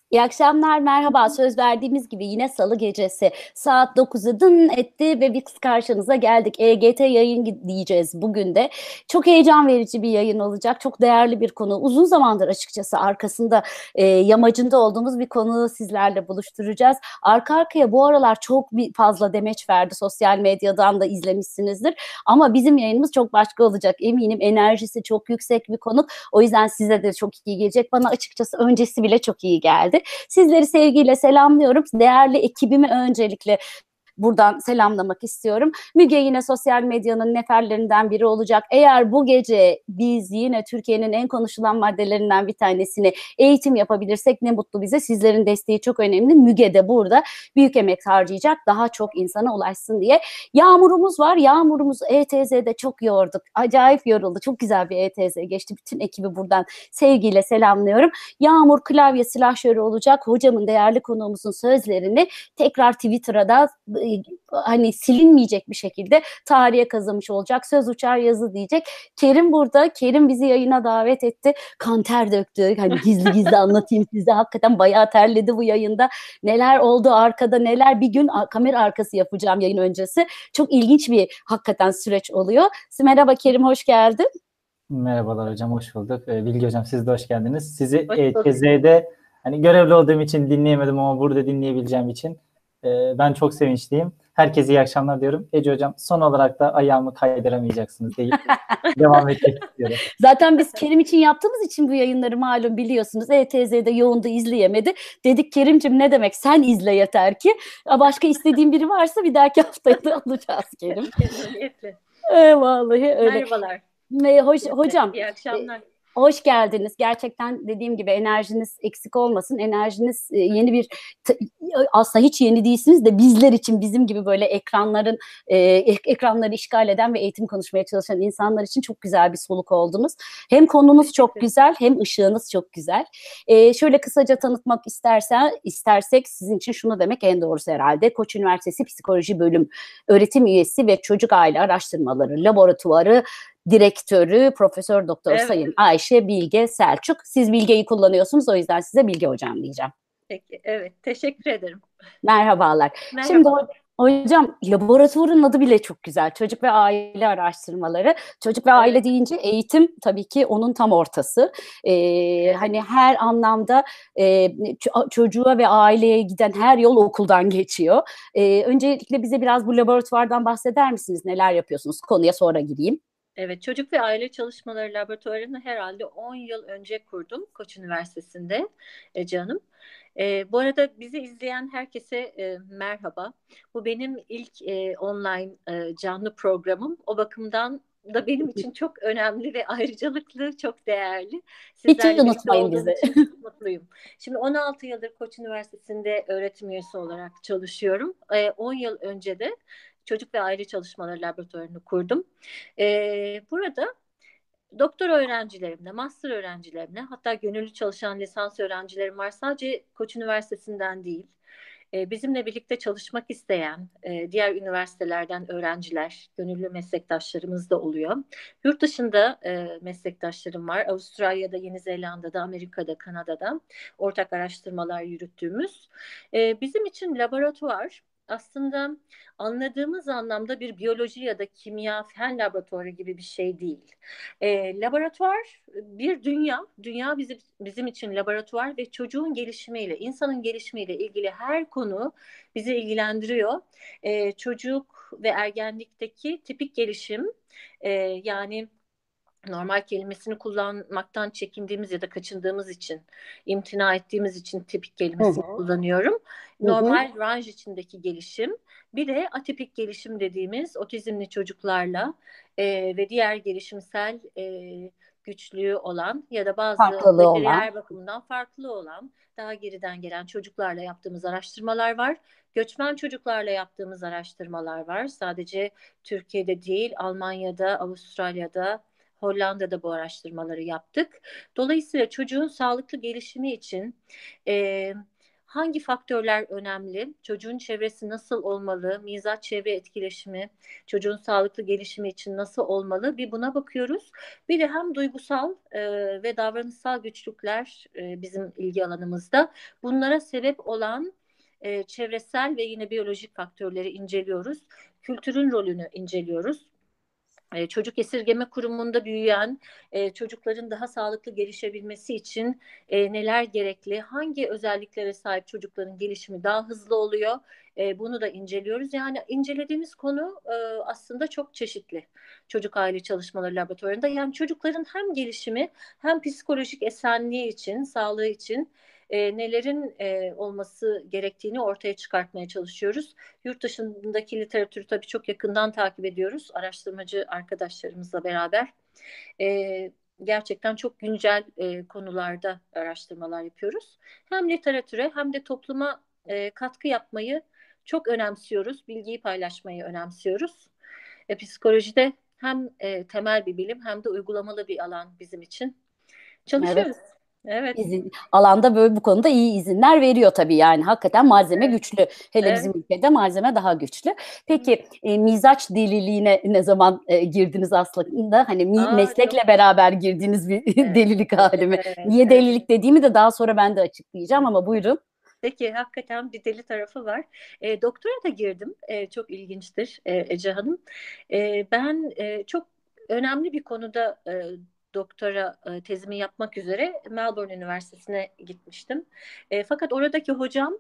İyi akşamlar, merhaba. Söz verdiğimiz gibi yine Salı gecesi saat 9'u dın etti ve biz karşınıza geldik. EGT yayın diyeceğiz bugün de. Çok heyecan verici bir yayın olacak. Çok değerli bir konu. Uzun zamandır açıkçası arkasında yamacında olduğumuz bir konuyu sizlerle buluşturacağız. Arka arkaya bu aralar çok fazla demeç verdi. Sosyal medyadan da izlemişsinizdir. Ama bizim yayınımız çok başka olacak. Eminim enerjisi çok yüksek bir konu. O yüzden size de çok iyi gelecek. Bana açıkçası öncesi bile çok iyi geldi. Sizleri sevgiyle selamlıyorum. Değerli ekibimi öncelikle buradan selamlamak istiyorum. Müge yine sosyal medyanın neferlerinden biri olacak. Eğer bu gece biz yine Türkiye'nin en konuşulan maddelerinden bir tanesini eğitim yapabilirsek ne mutlu bize. Sizlerin desteği çok önemli. Müge de burada büyük emek harcayacak. Daha çok insana ulaşsın diye. Yağmurumuz var. Yağmurumuzu ETZ'de çok yorduk. Acayip yoruldu. Çok güzel bir ETZ geçti. Bütün ekibi buradan sevgiyle selamlıyorum. Yağmur klavye silahşörü olacak. Hocamın değerli konuğumuzun sözlerini tekrar Twitter'a da hani silinmeyecek bir şekilde tarihe kazımış olacak. Söz uçar yazı diyecek. Kerim burada. Kerim bizi yayına davet etti. Kan ter döktü. Hani gizli gizli anlatayım size. Hakikaten bayağı terledi bu yayında. Neler oldu arkada neler. Bir gün kamera arkası yapacağım yayın öncesi. Çok ilginç bir hakikaten süreç oluyor. Merhaba Kerim, hoş geldin. Merhabalar hocam, hoş bulduk. Bilgi hocam, siz de hoş geldiniz. Sizi Hoş bulduk. ETZ'de hani görevli olduğum için dinleyemedim ama burada dinleyebileceğim için ben çok sevinçliyim. Herkese iyi akşamlar diyorum. Ece hocam, son olarak da ayağımı kaydıramayacaksınız deyip devam etmek istiyorum. Zaten biz Kerim için yaptığımız için bu yayınları malum biliyorsunuz. ETZ'de yoğundu, izleyemedi. Dedik Kerim'cim ne demek, sen izle yeter ki. Başka istediğin biri varsa bir dahaki haftaya da alacağız Kerim. Memnuniyetle. Vallahi öyle. Merhabalar. Hocam, İyi akşamlar. hoş geldiniz. Gerçekten dediğim gibi enerjiniz eksik olmasın. Enerjiniz yeni bir aslında hiç yeni değilsiniz de bizler için bizim gibi böyle ekranları işgal eden ve eğitim konuşmaya çalışan insanlar için çok güzel bir soluk oldunuz. Hem konunuz çok güzel hem ışığınız çok güzel. Şöyle kısaca tanıtmak istersek sizin için şunu demek en doğrusu herhalde. Koç Üniversitesi Psikoloji Bölüm öğretim üyesi ve Çocuk Aile Araştırmaları Laboratuvarı Direktörü Profesör Doktor Sayın Ayşe Bilge Selçuk. Siz Bilge'yi kullanıyorsunuz, o yüzden size Bilge Hocam diyeceğim. Peki, evet. Teşekkür ederim. Merhabalar. Merhaba. Şimdi hocam laboratuvarın adı bile çok güzel. Çocuk ve aile araştırmaları. Çocuk ve aile deyince eğitim tabii ki onun tam ortası. Hani her anlamda çocuğa ve aileye giden her yol okuldan geçiyor. Öncelikle bize biraz bu laboratuvardan bahseder misiniz? Neler yapıyorsunuz? Konuya sonra gireyim. Evet, Çocuk ve Aile Çalışmaları Laboratuvarı'nı herhalde 10 yıl önce kurdum Koç Üniversitesi'nde canım. Bu arada bizi izleyen herkese merhaba. Bu benim ilk online canlı programım. O bakımdan da benim için çok önemli ve ayrıcalıklı, çok değerli. Hiç Sizlerle birlikte unutmayın olduğum bizi. için çok mutluyum. Şimdi 16 yıldır Koç Üniversitesi'nde öğretim üyesi olarak çalışıyorum. 10 yıl önce de Çocuk ve Aile Çalışmaları Laboratuvarı'nı kurdum. Burada doktor öğrencilerimle, master öğrencilerimle, hatta gönüllü çalışan lisans öğrencilerim var. Sadece Koç Üniversitesi'nden değil, bizimle birlikte çalışmak isteyen diğer üniversitelerden öğrenciler, gönüllü meslektaşlarımız da oluyor. Yurt dışında meslektaşlarım var. Avustralya'da, Yeni Zelanda'da, Amerika'da, Kanada'da ortak araştırmalar yürüttüğümüz. Bizim için laboratuvar aslında anladığımız anlamda bir biyoloji ya da kimya fen laboratuvarı gibi bir şey değil. Laboratuvar bir dünya. Dünya bizim için laboratuvar ve çocuğun gelişimiyle, insanın gelişimiyle ilgili her konu bizi ilgilendiriyor. Çocuk ve ergenlikteki tipik gelişim, yani normal kelimesini kullanmaktan çekindiğimiz ya da kaçındığımız için, imtina ettiğimiz için tipik kelimesini kullanıyorum. Normal range içindeki gelişim, bir de atipik gelişim dediğimiz otizmli çocuklarla ve diğer gelişimsel güçlüğü olan ya da bazı Farklılığı olan. beceriler bakımından farklı olan daha geriden gelen çocuklarla yaptığımız araştırmalar var. Göçmen çocuklarla yaptığımız araştırmalar var. Sadece Türkiye'de değil, Almanya'da, Avustralya'da, Hollanda'da bu araştırmaları yaptık. Dolayısıyla çocuğun sağlıklı gelişimi için hangi faktörler önemli, çocuğun çevresi nasıl olmalı, mizaç çevre etkileşimi, çocuğun sağlıklı gelişimi için nasıl olmalı, bir buna bakıyoruz. Bir de hem duygusal ve davranışsal güçlükler bizim ilgi alanımızda. Bunlara sebep olan çevresel ve yine biyolojik faktörleri inceliyoruz. Kültürün rolünü inceliyoruz. Çocuk esirgeme kurumunda büyüyen çocukların daha sağlıklı gelişebilmesi için neler gerekli, hangi özelliklere sahip çocukların gelişimi daha hızlı oluyor, bunu da inceliyoruz. Yani incelediğimiz konu aslında çok çeşitli çocuk aile çalışmaları laboratuvarında. Yani çocukların hem gelişimi hem psikolojik esenliği için, sağlığı için nelerin olması gerektiğini ortaya çıkartmaya çalışıyoruz. Yurt dışındaki literatürü tabii çok yakından takip ediyoruz. Araştırmacı arkadaşlarımızla beraber. Gerçekten çok güncel konularda araştırmalar yapıyoruz. Hem literatüre hem de topluma katkı yapmayı çok önemsiyoruz. Bilgiyi paylaşmayı önemsiyoruz. Psikolojide hem temel bir bilim hem de uygulamalı bir alan bizim için. Çalışıyoruz. Evet. Evet. Alanda böyle bu konuda iyi izinler veriyor tabii, yani hakikaten malzeme Evet. güçlü. Hele Evet. bizim ülkede malzeme daha güçlü. Peki mizaç deliliğine ne zaman girdiniz aslında? Hani Çok meslekle beraber girdiğiniz bir delilik hali mi? evet, Niye evet. delilik dediğimi de daha sonra ben de açıklayacağım, ama buyurun. Peki hakikaten bir deli tarafı var. Doktora da girdim. Çok ilginçtir Ece Hanım. Ben çok önemli bir konuda doktora tezimi yapmak üzere Melbourne Üniversitesi'ne gitmiştim. Fakat oradaki hocam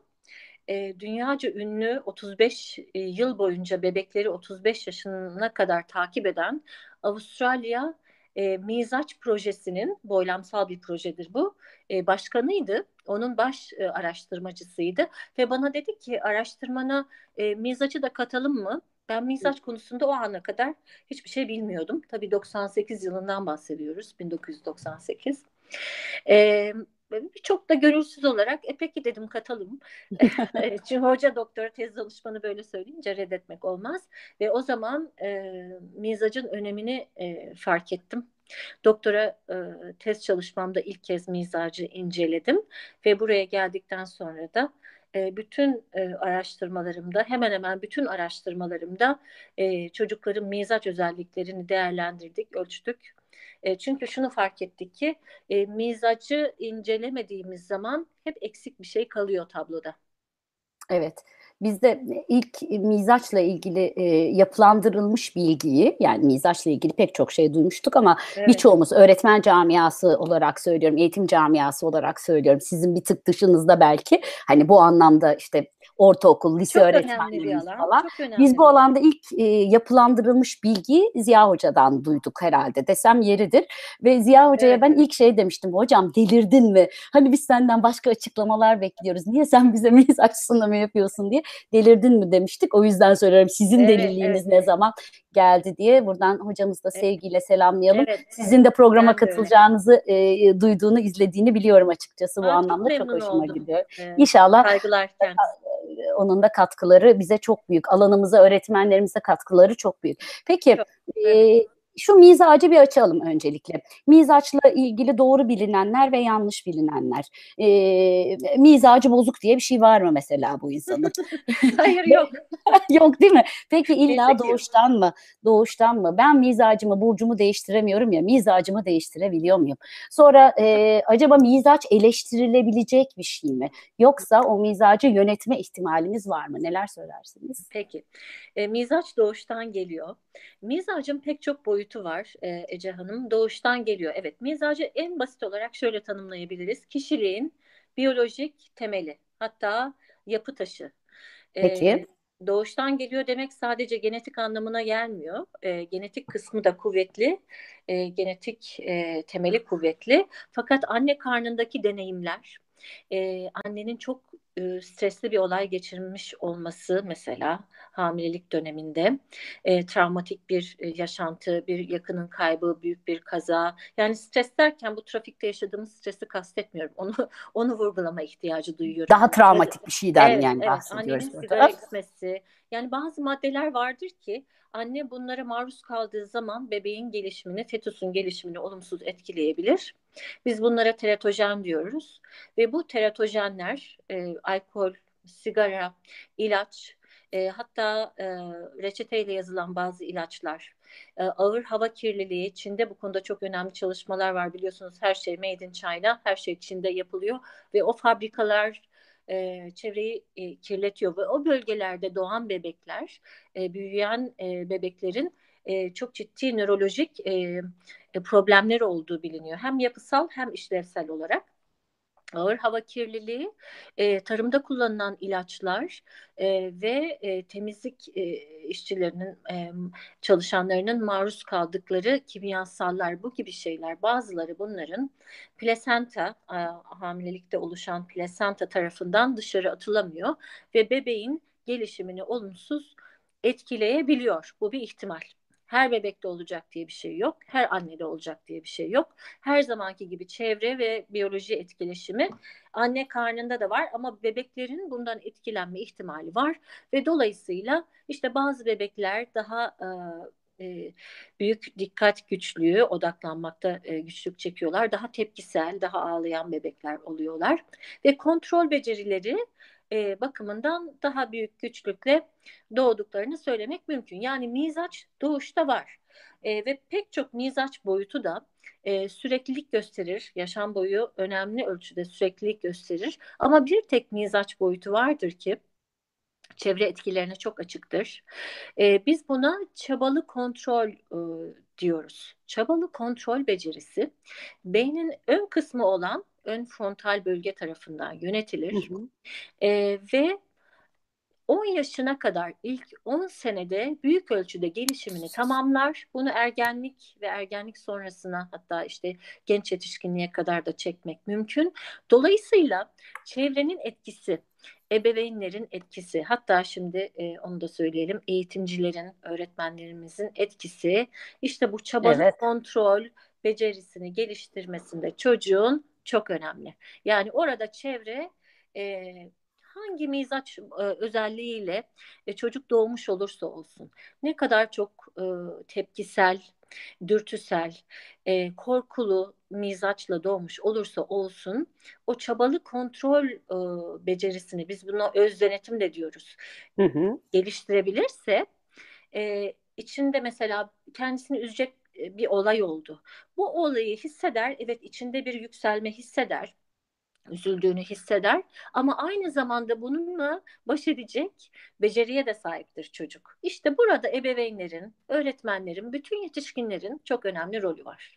dünyaca ünlü 35 yıl boyunca bebekleri 35 yaşına kadar takip eden Avustralya Mizaç Projesi'nin, boylamsal bir projedir bu, başkanıydı. Onun baş araştırmacısıydı ve bana dedi ki araştırmana mizaçı da katalım mı? Ben mizaç konusunda o ana kadar hiçbir şey bilmiyordum. Tabii 98 yılından bahsediyoruz, 1998. E, Çok da gönülsüz olarak peki dedim, katalım. Çünkü hoca doktora tez danışmanı böyle söyleyince reddetmek olmaz. Ve o zaman mizacın önemini fark ettim. Doktora tez çalışmamda ilk kez mizacı inceledim ve buraya geldikten sonra da bütün araştırmalarımda, hemen hemen bütün araştırmalarımda çocukların mizaç özelliklerini değerlendirdik, ölçtük. Çünkü şunu fark ettik ki mizacı incelemediğimiz zaman hep eksik bir şey kalıyor tabloda. Evet. Bizde ilk mizaçla ilgili yapılandırılmış bilgiyi, yani mizaçla ilgili pek çok şey duymuştuk ama Evet. birçoğumuz öğretmen camiası olarak söylüyorum, eğitim camiası olarak söylüyorum. Sizin bir tık dışınızda belki, hani bu anlamda işte ortaokul, lise Çok önemli bir öğretmenlerimiz alan. falan. Çok Biz önemli bu bir alan. alanda ilk yapılandırılmış bilgiyi Ziya Hoca'dan duyduk herhalde desem yeridir. Ve Ziya Hoca'ya Evet, ben evet. ilk şey demiştim: hocam delirdin mi? Hani biz senden başka açıklamalar bekliyoruz. Niye sen bize mizaç sunumı yapıyorsun diye. Delirdin mi demiştik. O yüzden söylüyorum, sizin Evet, evet, deliliğiniz ne zaman geldi diye. Buradan hocamızı da evet, sevgiyle selamlayalım. evet. Sizin de programa Ben de öyle. katılacağınızı duyduğunu, izlediğini biliyorum açıkçası. Bu Çok anlamda çok memnun hoşuma oldum. gidiyor. İnşallah Saygılar kendisi. onun da katkıları bize çok büyük. Alanımıza, öğretmenlerimize katkıları çok büyük. Peki Çok. e, Evet. şu mizacı bir açalım öncelikle. Mizaçla ilgili doğru bilinenler ve yanlış bilinenler. Mizacı bozuk diye bir şey var mı mesela bu insanın? Hayır, yok. Yok değil mi? Peki illa Neyse ki yok. doğuştan mı? Doğuştan mı? Ben mizacımı, burcumu değiştiremiyorum ya, mizacımı değiştirebiliyor muyum? Sonra acaba mizaç eleştirilebilecek bir şey mi? Yoksa o mizacı yönetme ihtimalimiz var mı? Neler söylersiniz? Peki. Mizaç doğuştan geliyor. Mizacın pek çok boyutu var Ece Hanım. Doğuştan geliyor. Evet, mizacı en basit olarak şöyle tanımlayabiliriz: kişiliğin biyolojik temeli, hatta yapı taşı. Peki. Doğuştan geliyor demek sadece genetik anlamına gelmiyor. Genetik kısmı da kuvvetli, genetik temeli kuvvetli. Fakat anne karnındaki deneyimler, annenin çok stresli bir olay geçirmiş olması, mesela hamilelik döneminde travmatik bir yaşantı, bir yakının kaybı, büyük bir kaza. Yani stres derken bu trafikte yaşadığımız stresi kastetmiyorum. Onu vurgulama ihtiyacı duyuyorum. Daha travmatik bir şeyden Evet, yani evet. bahsediyoruz Annenin sigara burada. içmesi Yani bazı maddeler vardır ki anne bunlara maruz kaldığı zaman bebeğin gelişimini, fetüsün gelişimini olumsuz etkileyebilir. Biz bunlara teratojen diyoruz ve bu teratojenler alkol, sigara, ilaç, hatta reçeteyle yazılan bazı ilaçlar, ağır hava kirliliği, Çin'de bu konuda çok önemli çalışmalar var biliyorsunuz. Her şey made in China, her şey Çin'de yapılıyor ve o fabrikalar çevreyi kirletiyor ve o bölgelerde doğan bebekler, büyüyen bebeklerin çok ciddi nörolojik problemleri olduğu biliniyor. Hem yapısal hem işlevsel olarak. Ağır hava kirliliği, tarımda kullanılan ilaçlar ve temizlik işçilerinin, çalışanlarının maruz kaldıkları kimyasallar, bu gibi şeyler. Bazıları bunların plasenta, hamilelikte oluşan plasenta tarafından dışarı atılamıyor ve bebeğin gelişimini olumsuz etkileyebiliyor. Bu bir ihtimal. Her bebekte olacak diye bir şey yok. Her annede olacak diye bir şey yok. Her zamanki gibi çevre ve biyoloji etkileşimi anne karnında da var ama bebeklerin bundan etkilenme ihtimali var ve dolayısıyla işte bazı bebekler daha büyük dikkat güçlüğü, odaklanmakta güçlük çekiyorlar. Daha tepkisel, daha ağlayan bebekler oluyorlar ve kontrol becerileri bakımından daha büyük güçlükle doğduklarını söylemek mümkün. Yani mizaç doğuşta var ve pek çok mizaç boyutu da süreklilik gösterir. Yaşam boyu önemli ölçüde süreklilik gösterir. Ama bir tek mizaç boyutu vardır ki çevre etkilerine çok açıktır. Biz buna çabalı kontrol diyoruz. Çabalı kontrol becerisi beynin ön kısmı olan ön frontal bölge tarafından yönetilir. Hı hı. Ve 10 yaşına kadar ilk 10 senede büyük ölçüde gelişimini tamamlar. Bunu ergenlik ve ergenlik sonrasına, hatta işte genç yetişkinliğe kadar da çekmek mümkün. Dolayısıyla çevrenin etkisi, ebeveynlerin etkisi, hatta şimdi onu da söyleyelim, eğitimcilerin, öğretmenlerimizin etkisi, işte bu çabalı Evet. kontrol becerisini geliştirmesinde çocuğun çok önemli. Yani orada çevre hangi mizaç özelliğiyle çocuk doğmuş olursa olsun, ne kadar çok tepkisel, dürtüsel, korkulu mizaçla doğmuş olursa olsun, o çabalı kontrol becerisini, biz buna öz denetim de diyoruz, Hı hı. geliştirebilirse, içinde mesela kendisini üzecek bir olay oldu. Bu olayı hisseder, evet, içinde bir yükselme hisseder, üzüldüğünü hisseder ama aynı zamanda bununla baş edecek beceriye de sahiptir çocuk. İşte burada ebeveynlerin, öğretmenlerin, bütün yetişkinlerin çok önemli rolü var.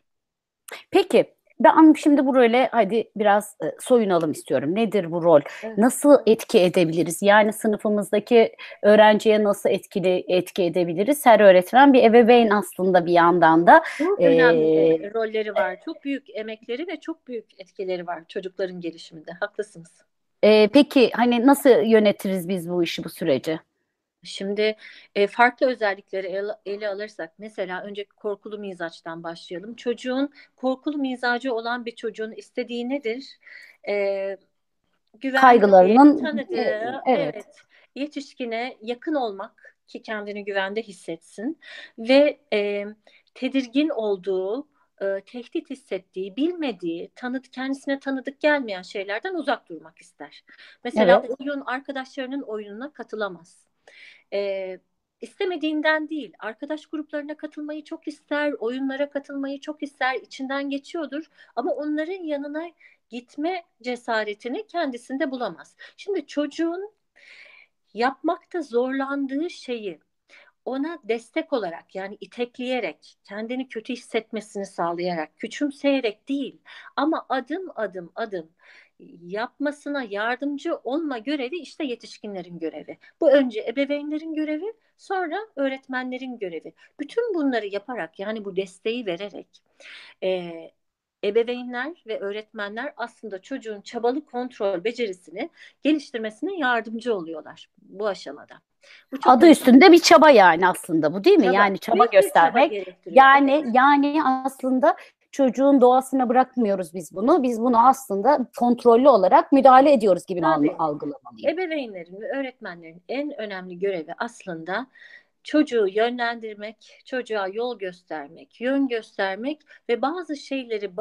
Peki ben şimdi bu role hadi biraz soyunalım istiyorum. Nedir bu rol? Evet. Nasıl etki edebiliriz? Yani sınıfımızdaki öğrenciye nasıl etki edebiliriz? Her öğretmen bir ebeveyn aslında bir yandan da. Çok önemli rolleri var. Çok büyük emekleri ve çok büyük etkileri var çocukların gelişiminde. Haklısınız. Peki hani nasıl yönetiriz biz bu işi, bu süreci? Şimdi farklı özellikleri ele alırsak, mesela önce korkulu mizaçtan başlayalım. Korkulu mizacı olan bir çocuğun istediği nedir? E, Güvendiği, Kaygılarının tanıdığı, evet. evet, yetişkine yakın olmak ki kendini güvende hissetsin ve tedirgin olduğu, tehdit hissettiği, bilmediği, kendisine tanıdık gelmeyen şeylerden uzak durmak ister. Mesela Evet. arkadaşlarının oyununa katılamaz. İstemediğinden değil, arkadaş gruplarına katılmayı çok ister, oyunlara katılmayı çok ister, içinden geçiyordur ama onların yanına gitme cesaretini kendisinde bulamaz. Şimdi çocuğun yapmakta zorlandığı şeyi ona destek olarak, yani itekleyerek, kendini kötü hissetmesini sağlayarak, küçümseyerek değil ama adım adım adım yapmasına yardımcı olma görevi işte yetişkinlerin görevi. Bu önce ebeveynlerin görevi, sonra öğretmenlerin görevi. Bütün bunları yaparak, yani bu desteği vererek, e, ebeveynler ve öğretmenler aslında çocuğun çabalı kontrol becerisini geliştirmesine yardımcı oluyorlar bu aşamada. Bu çok Adı önemli. üstünde bir çaba yani aslında bu, değil mi? Çaba, Yani çaba büyük bir çaba göstermek. gerektiriyor. Evet. Yani aslında çocuğun doğasına bırakmıyoruz biz bunu. Biz bunu aslında kontrollü olarak müdahale ediyoruz gibi mi Tabii. algılamalıyım? Ebeveynlerin ve öğretmenlerin en önemli görevi aslında çocuğu yönlendirmek, çocuğa yol göstermek, yön göstermek ve bazı şeyleri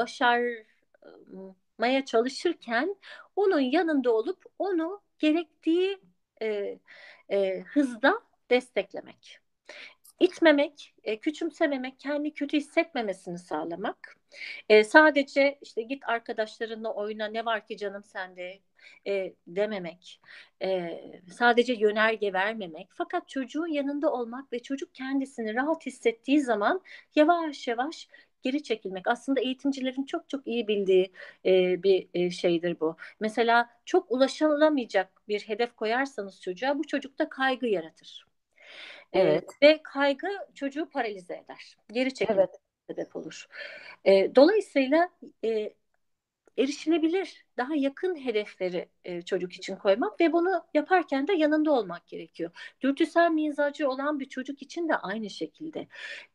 başarmaya çalışırken onun yanında olup onu gerektiği e, hızda desteklemek. İtmemek, küçümsememek, kendi kötü hissetmemesini sağlamak. Sadece işte git arkadaşlarınla oyna, ne var ki canım sende dememek. Sadece yönerge vermemek. Fakat çocuğun yanında olmak ve çocuk kendisini rahat hissettiği zaman yavaş yavaş geri çekilmek. Aslında eğitimcilerin çok çok iyi bildiği bir şeydir bu. Mesela çok ulaşılamayacak bir hedef koyarsanız çocuğa, bu çocukta kaygı yaratır. Evet, Ve kaygı çocuğu paralize eder. Geri çekilme evet. sebep olur. Dolayısıyla erişilebilir, daha yakın hedefleri çocuk için koymak ve bunu yaparken de yanında olmak gerekiyor. Dürtüsel mizacı olan bir çocuk için de aynı şekilde.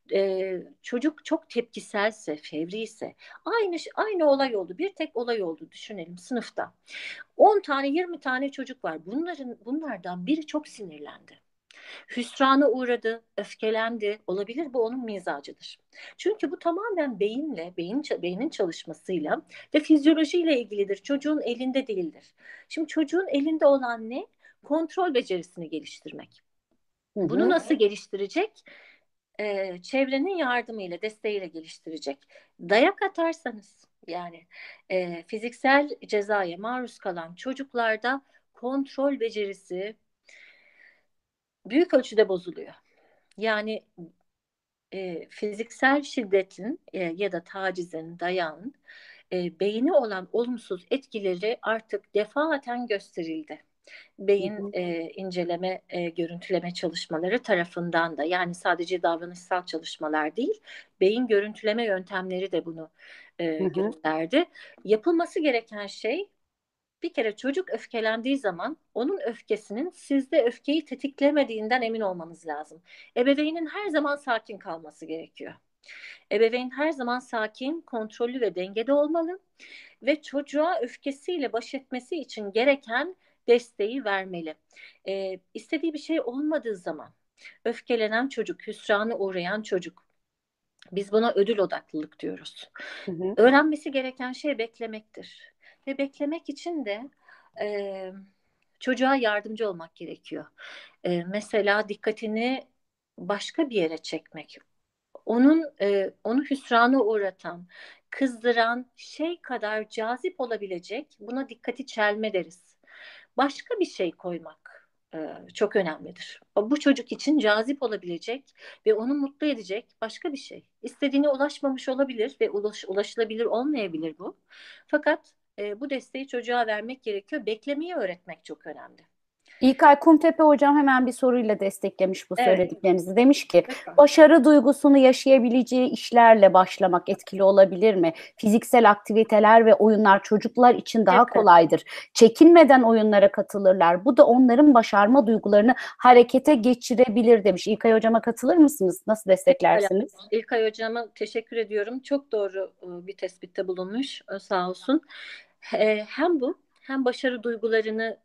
Çocuk çok tepkiselse, fevriyse, aynı olay oldu. Bir tek olay oldu düşünelim sınıfta. 10 tane, 20 tane çocuk var. Bunlardan biri çok sinirlendi. Hüsrana uğradı, öfkelendi. Olabilir, bu onun mizacıdır. Çünkü bu tamamen beynin çalışmasıyla ve fizyolojiyle ilgilidir. Çocuğun elinde değildir. Şimdi çocuğun elinde olan ne? Kontrol becerisini geliştirmek. Hı Bunu hı. nasıl geliştirecek? Çevrenin yardımıyla, desteğiyle geliştirecek. Dayak atarsanız, yani fiziksel cezaya maruz kalan çocuklarda kontrol becerisi büyük ölçüde bozuluyor. Yani fiziksel şiddetin ya da tacizin, dayağın beyine olan olumsuz etkileri artık defaten gösterildi. Hı Beyin hı. inceleme, görüntüleme çalışmaları tarafından da, yani sadece davranışsal çalışmalar değil, beyin görüntüleme yöntemleri de bunu Hı hı. gösterdi. Yapılması gereken şey, bir kere çocuk öfkelendiği zaman onun öfkesinin sizde öfkeyi tetiklemediğinden emin olmanız lazım. Ebeveynin her zaman sakin kalması gerekiyor. Ebeveyn her zaman sakin, kontrollü ve dengede olmalı ve çocuğa öfkesiyle baş etmesi için gereken desteği vermeli. İstediği bir şey olmadığı zaman öfkelenen çocuk, hüsrana uğrayan çocuk, biz buna ödül odaklılık diyoruz. Hı hı. Öğrenmesi gereken şey beklemektir. Ve beklemek için de e, çocuğa yardımcı olmak gerekiyor. Mesela dikkatini başka bir yere çekmek. Onu hüsrana uğratan, kızdıran şey kadar cazip olabilecek, buna dikkati çelme deriz. Başka bir şey koymak çok önemlidir. Bu çocuk için cazip olabilecek ve onu mutlu edecek başka bir şey. İstediğine ulaşmamış olabilir ve ulaşılabilir olmayabilir bu. Fakat bu desteği çocuğa vermek gerekiyor. Beklemeyi öğretmek çok önemli. İlkay Kumtepe hocam hemen bir soruyla desteklemiş bu Evet, söylediklerinizi. Demiş ki lütfen. başarı duygusunu yaşayabileceği işlerle başlamak etkili olabilir mi? Fiziksel aktiviteler ve oyunlar çocuklar için daha Evet. kolaydır. Çekinmeden oyunlara katılırlar. Bu da onların başarma duygularını harekete geçirebilir demiş. İlkay hocama katılır mısınız? Nasıl desteklersiniz? İlkay Hocam'a teşekkür ediyorum. Çok doğru bir tespitte bulunmuş. Sağ olsun. Hem bu hem başarı duygularını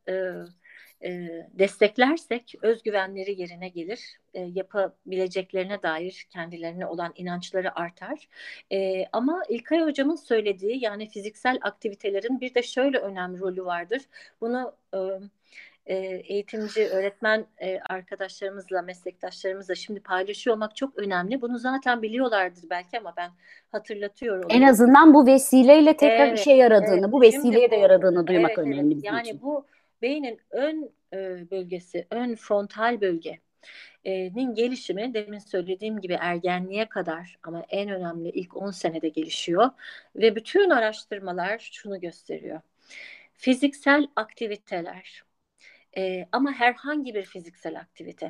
desteklersek özgüvenleri yerine gelir. Yapabileceklerine dair kendilerine olan inançları artar. Ama İlkay Hocam'ın söylediği, yani fiziksel aktivitelerin bir de şöyle önemli rolü vardır. Bunu eğitimci, öğretmen arkadaşlarımızla, meslektaşlarımızla şimdi paylaşıyor olmak çok önemli. Bunu zaten biliyorlardır belki ama ben hatırlatıyor En olayım. azından bu vesileyle tekrar Evet, işe evet. yaradığını, bu Şimdi vesileye de bu, yaradığını duymak evet, evet. önemli bizim Yani için. bu beynin ön bölgesi, ön frontal bölge nin gelişimi, demin söylediğim gibi ergenliğe kadar, ama en önemli ilk 10 senede gelişiyor ve bütün araştırmalar şunu gösteriyor. Fiziksel aktiviteler, ama herhangi bir fiziksel aktivite,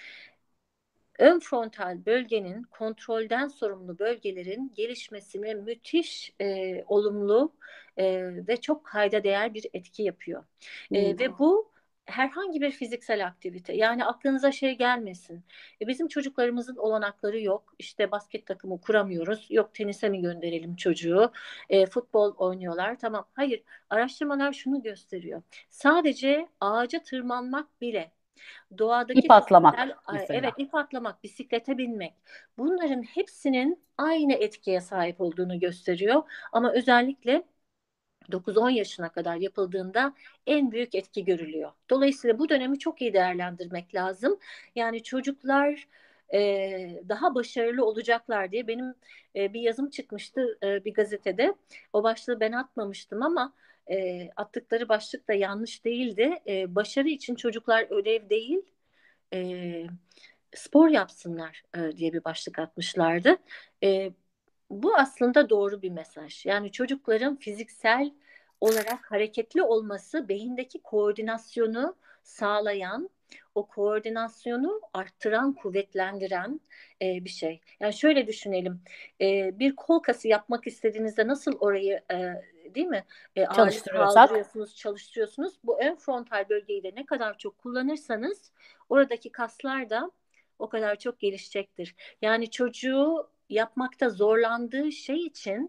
ön frontal bölgenin kontrolden sorumlu bölgelerin gelişmesine müthiş olumlu ve çok kayda değer bir etki yapıyor. Hmm. Ve bu herhangi bir fiziksel aktivite. Yani aklınıza şey gelmesin. Bizim çocuklarımızın olanakları yok. İşte basket takımı kuramıyoruz. Yok tenise mi gönderelim çocuğu? Futbol oynuyorlar. Tamam. Hayır. Araştırmalar şunu gösteriyor. Sadece ağaca tırmanmak bile, doğadaki İp atlamak fiziksel, evet, mesela. ip atlamak, bisiklete binmek, bunların hepsinin aynı etkiye sahip olduğunu gösteriyor. Ama özellikle 9-10 yaşına kadar yapıldığında en büyük etki görülüyor. Dolayısıyla bu dönemi çok iyi değerlendirmek lazım. Yani çocuklar daha başarılı olacaklar diye benim bir yazım çıkmıştı bir gazetede. O başlığı ben atmamıştım ama attıkları başlık da yanlış değildi. Başarı için çocuklar ödev değil, e, spor yapsınlar diye bir başlık atmışlardı. E, Bu aslında doğru bir mesaj. Yani çocukların fiziksel olarak hareketli olması beyindeki koordinasyonu sağlayan, o koordinasyonu arttıran, kuvvetlendiren bir şey. Yani şöyle düşünelim, bir kol kası yapmak istediğinizde nasıl orayı değil mi? Ağırlık Çalıştırıyorsak. kaldırıyorsunuz, çalıştırıyorsunuz. Bu ön frontal bölgeyi de ne kadar çok kullanırsanız oradaki kaslar da o kadar çok gelişecektir. Yani çocuğu yapmakta zorlandığı şey için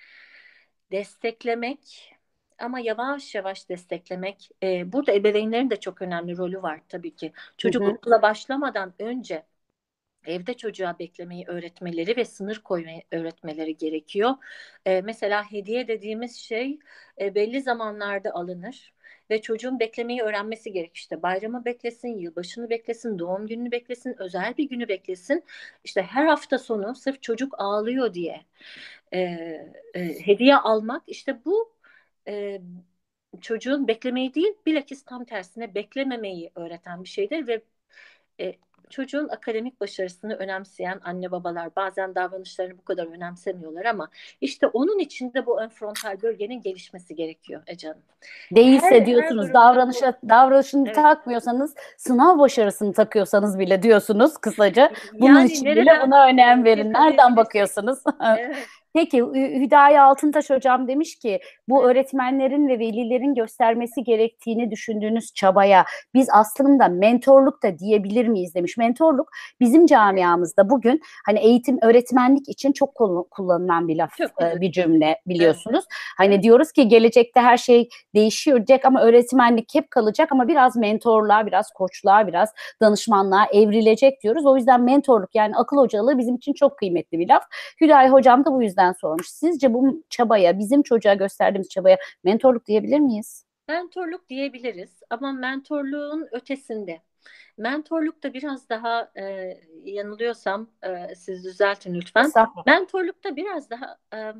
desteklemek, ama yavaş yavaş desteklemek. Burada ebeveynlerin de çok önemli rolü var tabii ki. Hı Çocuk hı. okula başlamadan önce evde çocuğa beklemeyi öğretmeleri ve sınır koymayı öğretmeleri gerekiyor. Mesela hediye dediğimiz şey belli zamanlarda alınır ve çocuğun beklemeyi öğrenmesi gerek. İşte bayramı beklesin, yılbaşını beklesin, doğum gününü beklesin, özel bir günü beklesin. İşte her hafta sonu sırf çocuk ağlıyor diye e, hediye almak, işte bu e, çocuğun beklemeyi değil, bilakis tam tersine beklememeyi öğreten bir şeydir ve e, çocuğun akademik başarısını önemseyen anne babalar bazen davranışlarını bu kadar önemsemiyorlar ama işte onun için de bu ön frontal bölgenin gelişmesi gerekiyor Ece Hanım. Değilse Her diyorsunuz durumda bu, davranışını evet. takmıyorsanız sınav başarısını takıyorsanız bile diyorsunuz kısaca. Bunun Yani için bile nereden buna önem verin. Nereden yakalayabilirsek. bakıyorsunuz? Evet, Peki Hüdayi Altıntaş hocam demiş ki bu evet. öğretmenlerin ve velilerin göstermesi gerektiğini düşündüğünüz çabaya biz aslında mentorluk da diyebilir miyiz demiş. Mentorluk bizim camiamızda bugün hani eğitim öğretmenlik için çok kullanılan bir laf, Çok güzel. bir cümle Evet, biliyorsunuz. evet. Hani diyoruz ki gelecekte her şey değişecek ama öğretmenlik hep kalacak ama biraz mentorluğa, biraz koçluğa, biraz danışmanlığa evrilecek diyoruz. O yüzden mentorluk yani akıl hocalığı bizim için çok kıymetli bir laf. Hüdayi hocam da bu yüzden sormuş. Sizce bu çabaya, bizim çocuğa gösterdiğimiz çabaya mentorluk diyebilir miyiz? Mentorluk diyebiliriz ama mentorluğun ötesinde. Mentorlukta biraz daha yanılıyorsam siz düzeltin lütfen. Estağfurullah. Mentorlukta biraz daha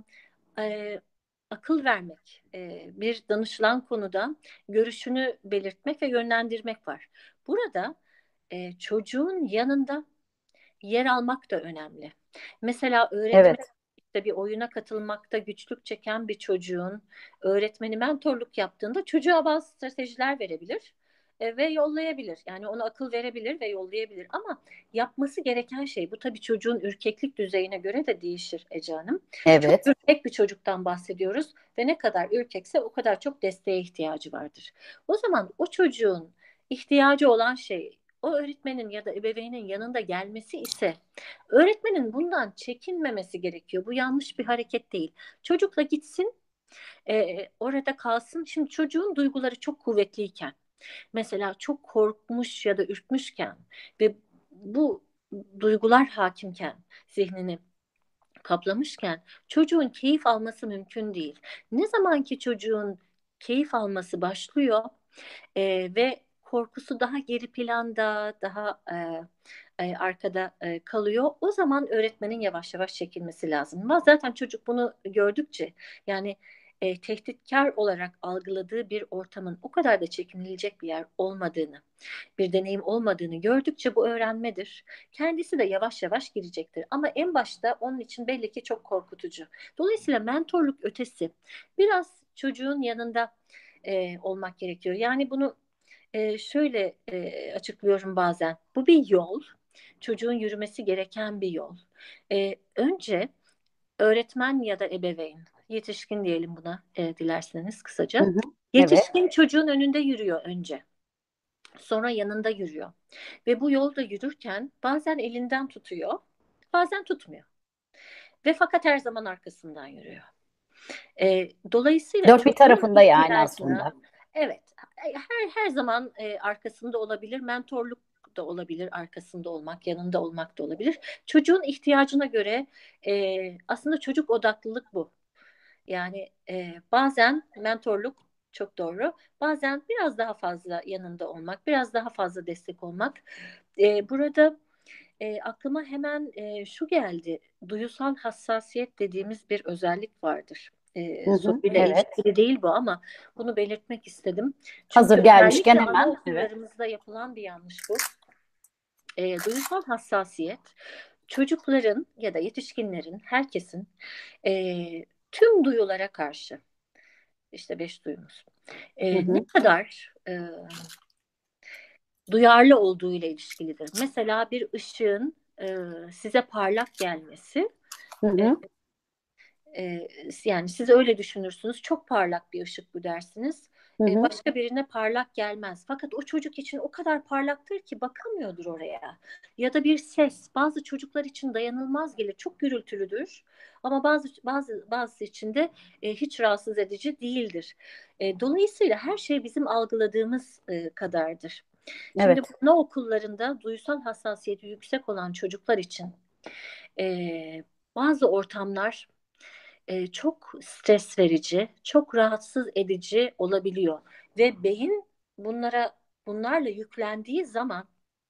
e, akıl vermek, bir danışılan konuda görüşünü belirtmek ve yönlendirmek var. Burada çocuğun yanında yer almak da önemli. Mesela öğretmen Evet. işte bir oyuna katılmakta güçlük çeken bir çocuğun öğretmeni mentorluk yaptığında çocuğa bazı stratejiler verebilir ve yollayabilir. Yani ona akıl verebilir ve yollayabilir. Ama yapması gereken şey, bu tabii çocuğun ürkeklik düzeyine göre de değişir Ece Hanım. Çok Evet. ürkek bir çocuktan bahsediyoruz ve ne kadar ürkekse o kadar çok desteğe ihtiyacı vardır. O zaman o çocuğun ihtiyacı olan şey o öğretmenin ya da ebeveynin yanında gelmesi ise öğretmenin bundan çekinmemesi gerekiyor. Bu yanlış bir hareket değil. Çocukla gitsin, orada kalsın. Şimdi çocuğun duyguları çok kuvvetliyken, mesela çok korkmuş ya da ürkmüşken ve bu duygular hakimken, zihnini kaplamışken çocuğun keyif alması mümkün değil. Ne zaman ki çocuğun keyif alması başlıyor ve korkusu daha geri planda, daha arkada kalıyor. O zaman öğretmenin yavaş yavaş çekilmesi lazım. Ama zaten çocuk bunu gördükçe, yani tehditkar olarak algıladığı bir ortamın o kadar da çekinilecek bir yer olmadığını, bir deneyim olmadığını gördükçe bu öğrenmedir. Kendisi de yavaş yavaş girecektir. Ama en başta onun için belli ki çok korkutucu. Dolayısıyla mentorluk ötesi biraz çocuğun yanında olmak gerekiyor. Yani bunu şöyle açıklıyorum bazen. Bu bir yol. Çocuğun yürümesi gereken bir yol. Önce öğretmen ya da ebeveyn, yetişkin diyelim buna dilerseniz Hı kısaca. hı. Evet. Yetişkin çocuğun önünde yürüyor önce. Sonra yanında yürüyor. Ve bu yolda yürürken bazen elinden tutuyor, bazen tutmuyor. Ve fakat her zaman arkasından yürüyor. Dolayısıyla Dört bir çocuğun tarafında yani ihtiyacına, aslında. evet, her zaman arkasında olabilir, mentorluk da olabilir, arkasında olmak, yanında olmak da olabilir. Çocuğun ihtiyacına göre aslında çocuk odaklılık bu. Yani bazen mentorluk çok doğru, bazen biraz daha fazla yanında olmak, biraz daha fazla destek olmak. Burada aklıma hemen şu geldi. Duyusal hassasiyet dediğimiz bir özellik vardır. Hı hı, Soruyla evet. ilişkili değil bu ama bunu belirtmek istedim. Hazır Çünkü gelmişken özellikle hemen. Evet. anaokullarımızda yapılan bir yanlış bu. Duyusal hassasiyet çocukların ya da yetişkinlerin, herkesin tüm duyulara karşı, işte 5 duyumuz, Hı ne hı, kadar duyarlı olduğu ile ilişkilidir. Mesela bir ışığın size parlak gelmesi, hı e, hı, yani siz öyle düşünürsünüz, çok parlak bir ışık bu dersiniz. hı hı. Başka birine parlak gelmez. Fakat o çocuk için o kadar parlaktır ki bakamıyordur oraya. Ya da bir ses, bazı çocuklar için dayanılmaz gelir, çok gürültülüdür. Ama bazı için de hiç rahatsız edici değildir. Dolayısıyla her şey bizim algıladığımız kadardır. Şimdi Evet. anaokullarında duysal hassasiyeti yüksek olan çocuklar için bazı ortamlar çok stres verici, çok rahatsız edici olabiliyor ve beyin bunlarla yüklendiği zaman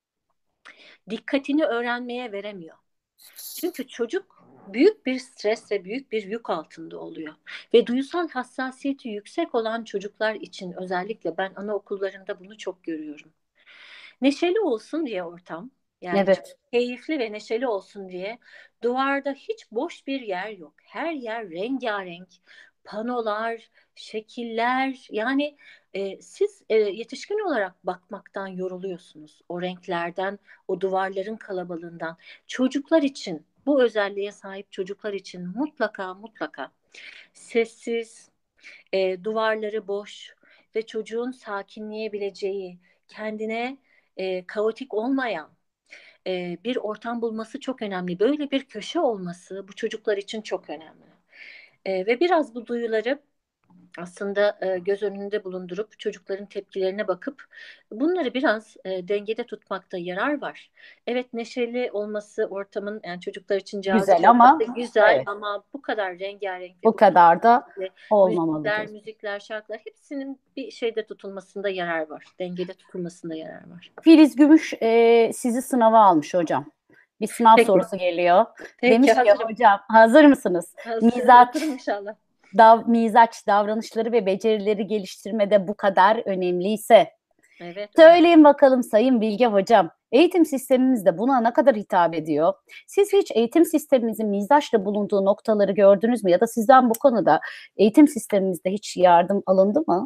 dikkatini öğrenmeye veremiyor. Çünkü çocuk büyük bir stres ve büyük bir yük altında oluyor. Ve duysal hassasiyeti yüksek olan çocuklar için özellikle ben anaokullarında bunu çok görüyorum. Neşeli olsun diye ortam, yani çok Evet. keyifli ve neşeli olsun diye duvarda hiç boş bir yer yok. Her yer rengarenk, panolar, şekiller. Yani siz yetişkin olarak bakmaktan yoruluyorsunuz. O renklerden, o duvarların kalabalığından. Çocuklar için, bu özelliğe sahip çocuklar için mutlaka sessiz, duvarları boş ve çocuğun sakinleyebileceği, kendine kaotik olmayan bir ortam bulması çok önemli. Böyle bir köşe olması bu çocuklar için çok önemli. Ve biraz bu duyuları aslında göz önünde bulundurup çocukların tepkilerine bakıp bunları biraz dengede tutmakta yarar var. Evet, neşeli olması ortamın, yani çocuklar için cazip Güzel ama olması güzel evet. ama bu kadar rengarenk ve Bu kadar da olmamalı müzikler, diyorsun. müzikler, şarkılar hepsinin bir şeyde tutulmasında yarar var. Dengede tutulmasında yarar var. Filiz Gümüş sizi sınava almış hocam. Bir sınav Peki, sorusu geliyor. peki, Demiş ki hazırım. hocam hazır mısınız? Hazırım, Mizaç, okurum inşallah. mizaç davranışları ve becerileri geliştirmede bu kadar önemliyse Evet, öyle. söyleyin bakalım Sayın Bilge hocam. Eğitim sistemimizde buna ne kadar hitap ediyor? Siz hiç eğitim sistemimizin mizaçla bulunduğu noktaları gördünüz mü? Ya da sizden bu konuda eğitim sistemimizde hiç yardım alındı mı?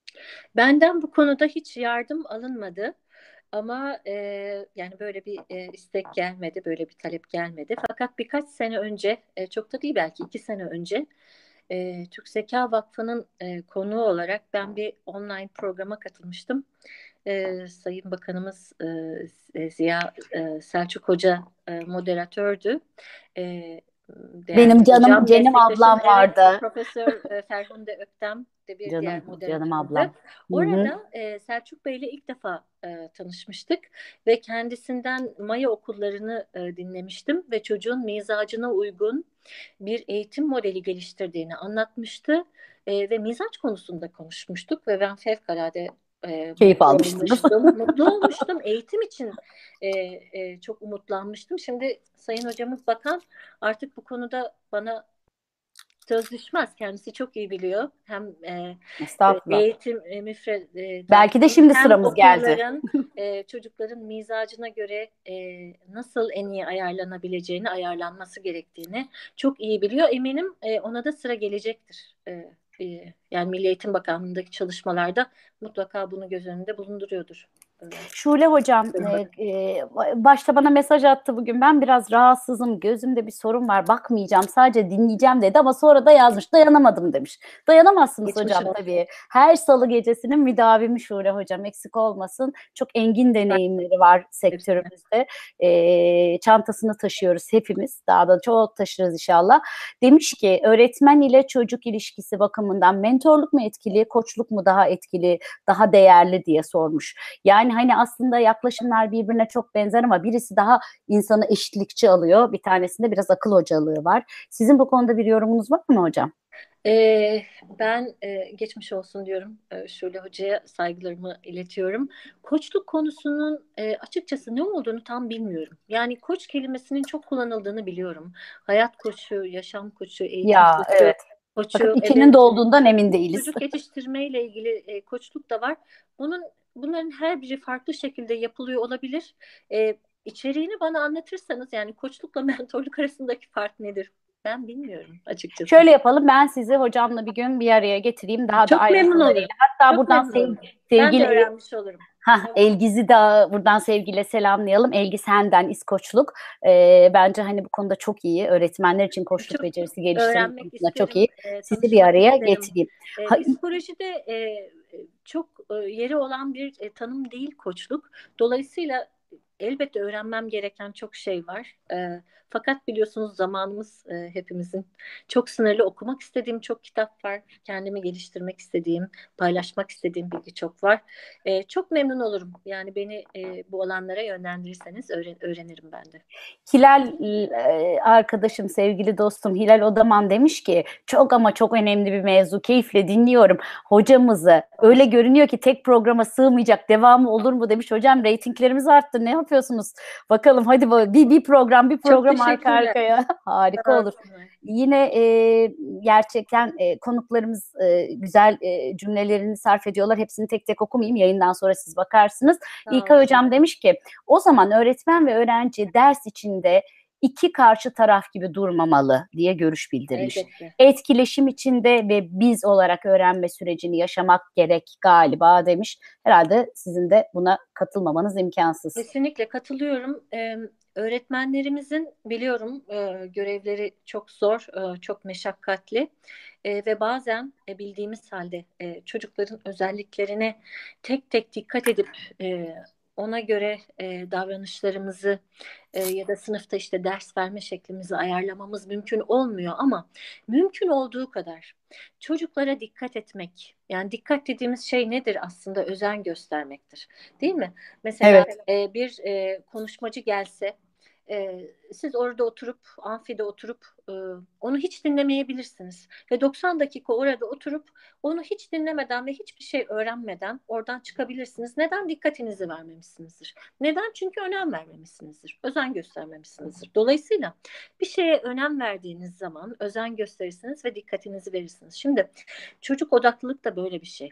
Benden bu konuda hiç yardım alınmadı. Ama yani böyle bir istek gelmedi, böyle bir talep gelmedi. Fakat birkaç sene önce, çok da değil, belki 2 sene önce Türk Zeka Vakfı'nın konuğu olarak ben bir online programa katılmıştım. Sayın Bakanımız Ziya Selçuk Hoca moderatördü. E, Benim Değerli canım hocam, canım meslektaşım, ablam evet, vardı. Profesör Ferhunde Öktem de bir diğer Canım moderatördü. ablam. Hı hı. Orada Selçuk Bey'le ilk defa tanışmıştık ve kendisinden Maya okullarını dinlemiştim ve çocuğun mizacına uygun bir eğitim modeli geliştirdiğini anlatmıştı ve mizaç konusunda konuşmuştuk ve ben fevkalade Keyif mutlu almıştınız. olmuştum. Mutlu olmuştum. Eğitim için çok umutlanmıştım. Şimdi Sayın Hocamız Bakan artık bu konuda bana söz düşmez. Kendisi çok iyi biliyor. Hem Estağfurullah. eğitim Belki de müfredatının şimdi hem sıramız geldi. okulların çocukların mizacına göre nasıl en iyi ayarlanabileceğini, ayarlanması gerektiğini çok iyi biliyor. Eminim ona da sıra gelecektir. Yani Milli Eğitim Bakanlığı'ndaki çalışmalarda mutlaka bunu göz önünde bulunduruyordur. Şule hocam başta bana mesaj attı bugün. Ben biraz rahatsızım, gözümde bir sorun var, bakmayacağım, sadece dinleyeceğim dedi ama sonra da yazmış, dayanamadım demiş. Dayanamazsınız Geçmiş hocam olsun. tabii. Her salı gecesinin müdavimi Şule hocam, eksik olmasın. Çok engin deneyimleri var sektörümüzde. Çantasını taşıyoruz hepimiz. Daha da çok taşırız inşallah. Demiş ki öğretmen ile çocuk ilişkisi bakımından mentorluk mu etkili, koçluk mu daha etkili, daha değerli diye sormuş. Yani hani aslında yaklaşımlar birbirine çok benzer ama birisi daha insanı eşitlikçi alıyor. Bir tanesinde biraz akıl hocalığı var. Sizin bu konuda bir yorumunuz var mı hocam? Ben geçmiş olsun diyorum. Şule Hoca'ya saygılarımı iletiyorum. Koçluk konusunun açıkçası ne olduğunu tam bilmiyorum. Yani koç kelimesinin çok kullanıldığını biliyorum. Hayat koçu, yaşam koçu, eğitim Ya koçu, evet. Bakın koçu, içinin de evet, olduğundan emin değiliz. çocuk yetiştirme ile ilgili koçluk da var. Bunların her biri farklı şekilde yapılıyor olabilir. İçeriğini bana anlatırsanız yani koçlukla mentorluk arasındaki fark nedir? Ben bilmiyorum açıkçası. Şöyle yapalım, ben sizi hocamla bir gün bir araya getireyim daha da Çok memnun ayrıntılarıyla. olurum. Hatta Çok buradan memnun olurum. Ben de sevgili öğrenmiş olurum. Elgiz'i de buradan sevgiyle selamlayalım. Elgiz Henden İskoçluk. Bence hani bu konuda çok iyi. Öğretmenler için koçluk Çok becerisi geliştirme öğrenmek konusunda çok isterim, iyi. Sizi bir tanışmak araya isterim. getireyim. Ha, Psikolojide çok yeri olan bir tanım değil koçluk. Dolayısıyla elbette öğrenmem gereken çok şey var. Fakat biliyorsunuz zamanımız hepimizin çok sınırlı. Okumak istediğim çok kitap var. Kendimi geliştirmek istediğim, paylaşmak istediğim bilgi çok var. Çok memnun olurum. Yani beni bu alanlara yönlendirirseniz öğrenirim ben de. Hilal arkadaşım, sevgili dostum Hilal Odaman demiş ki çok ama çok önemli bir mevzu. Keyifle dinliyorum hocamızı. Öyle görünüyor ki tek programa sığmayacak. Devamı olur mu demiş. Hocam reytinglerimiz arttı. Ne yapıyorsunuz? Bakalım hadi bir program Çok arka teşekkürler. arkaya. Harika Sağ olur. olsunlar. Yine gerçekten konuklarımız güzel cümlelerini sarf ediyorlar. Hepsini tek tek okumayayım. Yayından sonra siz bakarsınız. Sağ İlkay olsun. hocam demiş ki o zaman öğretmen ve öğrenci ders içinde iki karşı taraf gibi durmamalı diye görüş bildirmiş. Elbette. Etkileşim içinde ve biz olarak öğrenme sürecini yaşamak gerek galiba demiş. Herhalde sizin de buna katılmamanız imkansız. Kesinlikle katılıyorum. Öğretmenlerimizin biliyorum görevleri çok zor, çok meşakkatli ve bazen bildiğimiz halde çocukların özelliklerine tek tek dikkat edip ona göre davranışlarımızı ya da sınıfta işte ders verme şeklimizi ayarlamamız mümkün olmuyor ama mümkün olduğu kadar çocuklara dikkat etmek, yani dikkat dediğimiz şey nedir aslında? Özen göstermektir, değil mi? Mesela bir konuşmacı gelse siz orada oturup amfide oturup onu hiç dinlemeyebilirsiniz ve 90 dakika orada oturup onu hiç dinlemeden ve hiçbir şey öğrenmeden oradan çıkabilirsiniz. Neden? Dikkatinizi vermemişsinizdir. Neden? Çünkü önem vermemişsinizdir. Özen göstermemişsinizdir. Dolayısıyla bir şeye önem verdiğiniz zaman özen gösterirsiniz ve dikkatinizi verirsiniz. Şimdi çocuk odaklılık da böyle bir şey.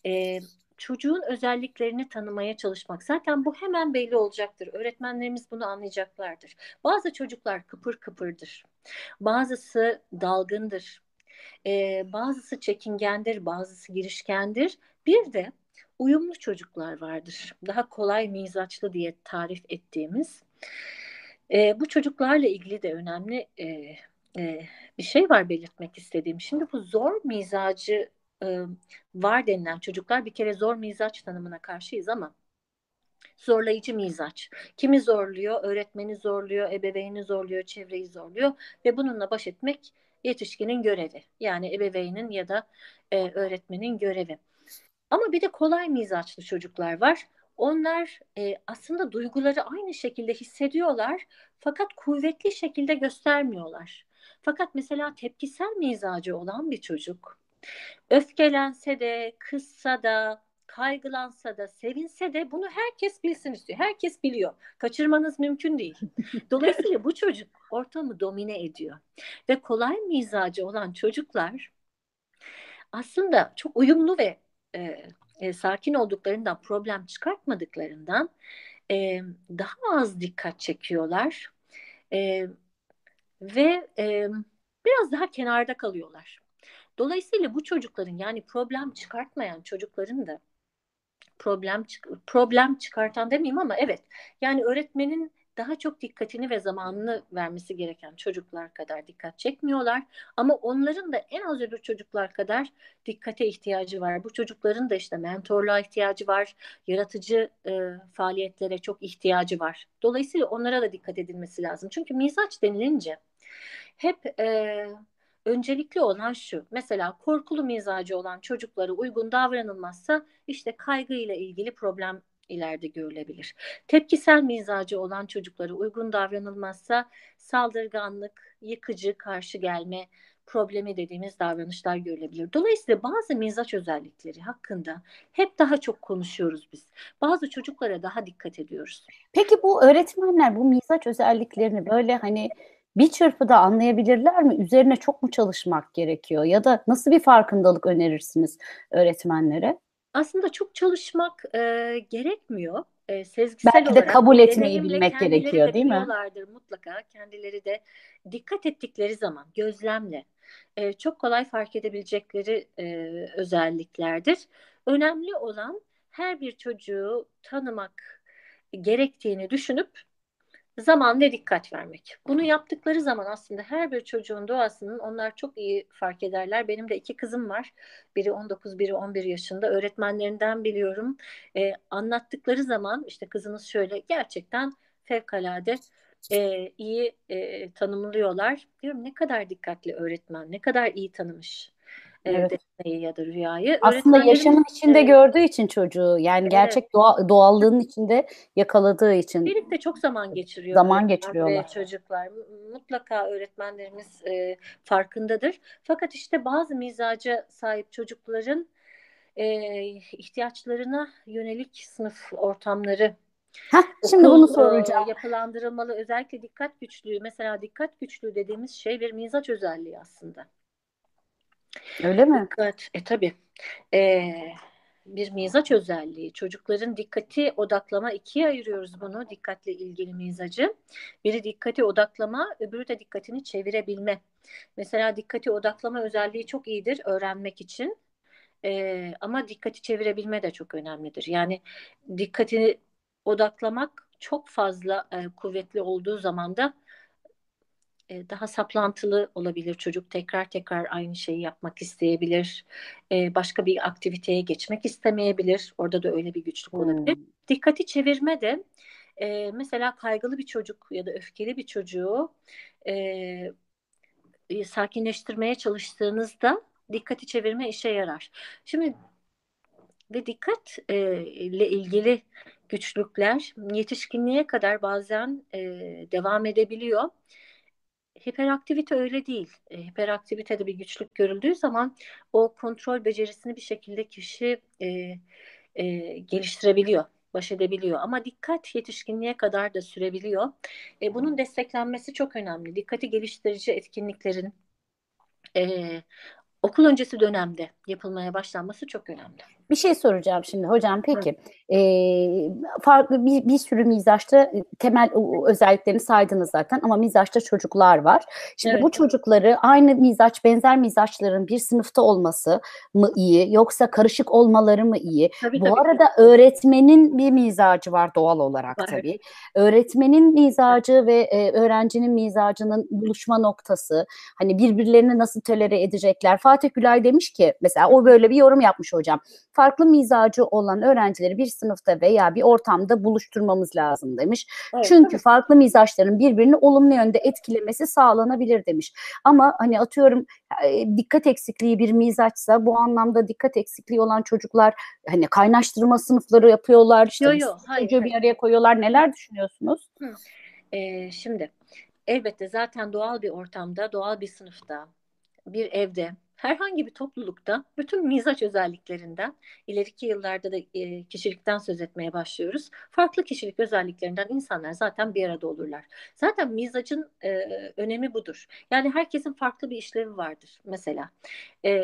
Çocuğun özelliklerini tanımaya çalışmak. Zaten bu hemen belli olacaktır. Öğretmenlerimiz bunu anlayacaklardır. Bazı çocuklar kıpır kıpırdır. Bazısı dalgındır. Bazısı çekingendir, bazısı girişkendir. Bir de uyumlu çocuklar vardır. Daha kolay mizaçlı diye tarif ettiğimiz. Bu çocuklarla ilgili de önemli bir şey var belirtmek istediğim. Şimdi bu zor mizacı var denilen çocuklar bir kere zor mizaç tanımına karşıyız ama zorlayıcı mizaç. Kimi zorluyor? Öğretmeni zorluyor, ebeveyni zorluyor, çevreyi zorluyor ve bununla baş etmek yetişkinin görevi. Yani ebeveynin ya da öğretmenin görevi. Ama bir de kolay mizaçlı çocuklar var. Onlar aslında duyguları aynı şekilde hissediyorlar fakat kuvvetli şekilde göstermiyorlar. Fakat mesela tepkisel mizacı olan bir çocuk öfkelense de, kızsa da, kaygılansa da, sevinse de bunu herkes bilsin istiyor. Herkes biliyor. Kaçırmanız mümkün değil. Dolayısıyla bu çocuk ortamı domine ediyor. Ve kolay mizacı olan çocuklar aslında çok uyumlu ve sakin olduklarından, problem çıkartmadıklarından daha az dikkat çekiyorlar ve biraz daha kenarda kalıyorlar. Dolayısıyla bu çocukların yani problem çıkartmayan çocukların da problem çıkartan demeyeyim ama evet. Yani öğretmenin daha çok dikkatini ve zamanını vermesi gereken çocuklar kadar dikkat çekmiyorlar. Ama onların da en az öbür çocuklar kadar dikkate ihtiyacı var. Bu çocukların da işte mentorluğa ihtiyacı var. Yaratıcı faaliyetlere çok ihtiyacı var. Dolayısıyla onlara da dikkat edilmesi lazım. Çünkü mizaç denilince hep öncelikli olan şu. Mesela korkulu mizacı olan çocuklara uygun davranılmazsa işte kaygıyla ilgili problem ileride görülebilir. Tepkisel mizacı olan çocuklara uygun davranılmazsa saldırganlık, yıkıcı, karşı gelme problemi dediğimiz davranışlar görülebilir. Dolayısıyla bazı mizaç özellikleri hakkında hep daha çok konuşuyoruz biz. Bazı çocuklara daha dikkat ediyoruz. Peki bu öğretmenler bu mizaç özelliklerini böyle hani bir çırpıda anlayabilirler mi? Üzerine çok mu çalışmak gerekiyor? Ya da nasıl bir farkındalık önerirsiniz öğretmenlere? Aslında çok çalışmak gerekmiyor. Sezgisel Belki de olarak kabul ve etmeyi deneyimle bilmek kendileri gerekiyor, de değil mi? biliyorlardır mutlaka. Kendileri de dikkat ettikleri zaman gözlemle çok kolay fark edebilecekleri özelliklerdir. Önemli olan her bir çocuğu tanımak gerektiğini düşünüp zaman ve dikkat vermek. Bunu yaptıkları zaman aslında her bir çocuğun doğasının onlar çok iyi fark ederler. Benim de iki kızım var. Biri 19, biri 11 yaşında. Öğretmenlerinden biliyorum. Anlattıkları zaman işte kızınız şöyle gerçekten fevkalade iyi tanımlıyorlar. Diyorum ne kadar dikkatli öğretmen, ne kadar iyi tanımış Evet. Defne'yi ya da Rüya'yı. Aslında Öğretmenlerimiz yaşamın içinde gördüğü için çocuğu, yani evet, gerçek doğallığın içinde yakaladığı için birlikte çok zaman geçiriyor zaman öğretmen ve geçiriyorlar. çocuklar. Mutlaka öğretmenlerimiz farkındadır. Fakat işte bazı mizaca sahip çocukların ihtiyaçlarına yönelik sınıf ortamları, Heh, şimdi bunu okul soracağım. yapılandırılmalı. Özellikle dikkat güçlüğü, mesela dikkat güçlüğü dediğimiz şey bir mizaç özelliği aslında. Öyle mi? Dikkat, tabii. E, Bir mizaç özelliği. Çocukların dikkati odaklama, ikiye ayırıyoruz bunu. Dikkatle ilgili mizacı. Biri dikkati odaklama, öbürü de dikkatini çevirebilme. Mesela dikkati odaklama özelliği çok iyidir öğrenmek için. Ama dikkati çevirebilme de çok önemlidir. Yani dikkatini odaklamak çok fazla kuvvetli olduğu zaman da daha saplantılı olabilir. Çocuk tekrar tekrar aynı şeyi yapmak isteyebilir. Başka bir aktiviteye geçmek istemeyebilir. Orada da öyle bir güçlük olabilir. Hmm. Dikkati çevirme de mesela kaygılı bir çocuk ya da öfkeli bir çocuğu sakinleştirmeye çalıştığınızda dikkati çevirme işe yarar. Şimdi ve dikkat ile ilgili güçlükler yetişkinliğe kadar bazen devam edebiliyor. Hiperaktivite öyle değil. Hiperaktivitede bir güçlük görüldüğü zaman o kontrol becerisini bir şekilde kişi geliştirebiliyor, baş edebiliyor. Ama dikkat yetişkinliğe kadar da sürebiliyor. Bunun desteklenmesi çok önemli. Dikkati geliştirici etkinliklerin e, okul öncesi dönemde yapılmaya başlanması çok önemli. Bir şey soracağım şimdi hocam, Hı. peki farklı bir sürü mizaçta temel özelliklerini saydınız zaten ama mizaçta çocuklar var. Şimdi Evet. bu çocukları aynı mizaç, benzer mizaçların bir sınıfta olması mı iyi yoksa karışık olmaları mı iyi? Tabii Bu tabii. arada öğretmenin bir mizacı var doğal olarak Var. tabii. Öğretmenin mizacı ve öğrencinin mizacının buluşma noktası, hani birbirlerini nasıl tolere edecekler? Fatih Gülay demiş ki mesela, o böyle bir yorum yapmış hocam. Farklı mizacı olan öğrencileri bir sınıfta veya bir ortamda buluşturmamız lazım demiş. Evet, Çünkü tabii. farklı mizaçların birbirini olumlu yönde etkilemesi sağlanabilir demiş. Ama hani atıyorum dikkat eksikliği bir mizaçsa, bu anlamda dikkat eksikliği olan çocuklar hani kaynaştırma sınıfları yapıyorlar, işte Yo bir yo, sürü hayır çocuğu hayır. bir araya koyuyorlar. Neler düşünüyorsunuz? Hı. Şimdi elbette zaten doğal bir ortamda, doğal bir sınıfta, bir evde, herhangi bir toplulukta bütün mizaç özelliklerinden ileriki yıllarda da kişilikten söz etmeye başlıyoruz. Farklı kişilik özelliklerinden insanlar zaten bir arada olurlar. Zaten mizacın önemi budur. Yani herkesin farklı bir işlevi vardır mesela.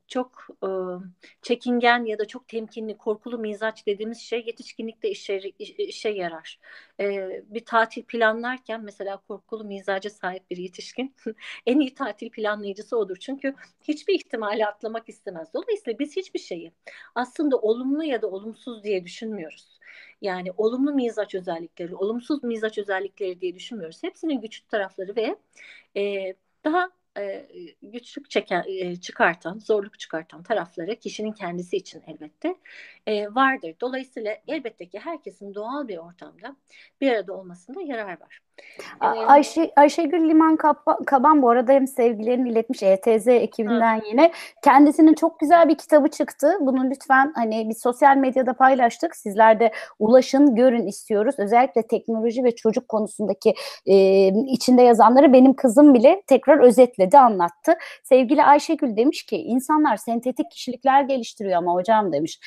çok çekingen ya da çok temkinli, korkulu mizaç dediğimiz şey yetişkinlikte işe yarar. Bir tatil planlarken mesela korkulu mizaca sahip bir yetişkin en iyi tatil planlayıcısı odur. Çünkü hiçbir ihtimali atlamak istemez. Dolayısıyla biz hiçbir şeyi aslında olumlu ya da olumsuz diye düşünmüyoruz. Yani olumlu mizaç özellikleri, olumsuz mizaç özellikleri diye düşünmüyoruz. Hepsinin güçlü tarafları ve daha güçlük çıkartan, zorluk çıkartan tarafları kişinin kendisi için elbette vardır. Dolayısıyla elbette ki herkesin doğal bir ortamda bir arada olmasında yarar var. E, Ayşegül Liman Kaban bu arada hem sevgilerini iletmiş ETZ hı, ekibinden yine. Kendisinin çok güzel bir kitabı çıktı. Bunu lütfen hani biz sosyal medyada paylaştık. Sizler de ulaşın, görün istiyoruz. Özellikle teknoloji ve çocuk konusundaki içinde yazanları benim kızım bile tekrar özetledi, anlattı. Sevgili Ayşegül demiş ki insanlar sentetik kişilikler geliştiriyor ama hocam demiş.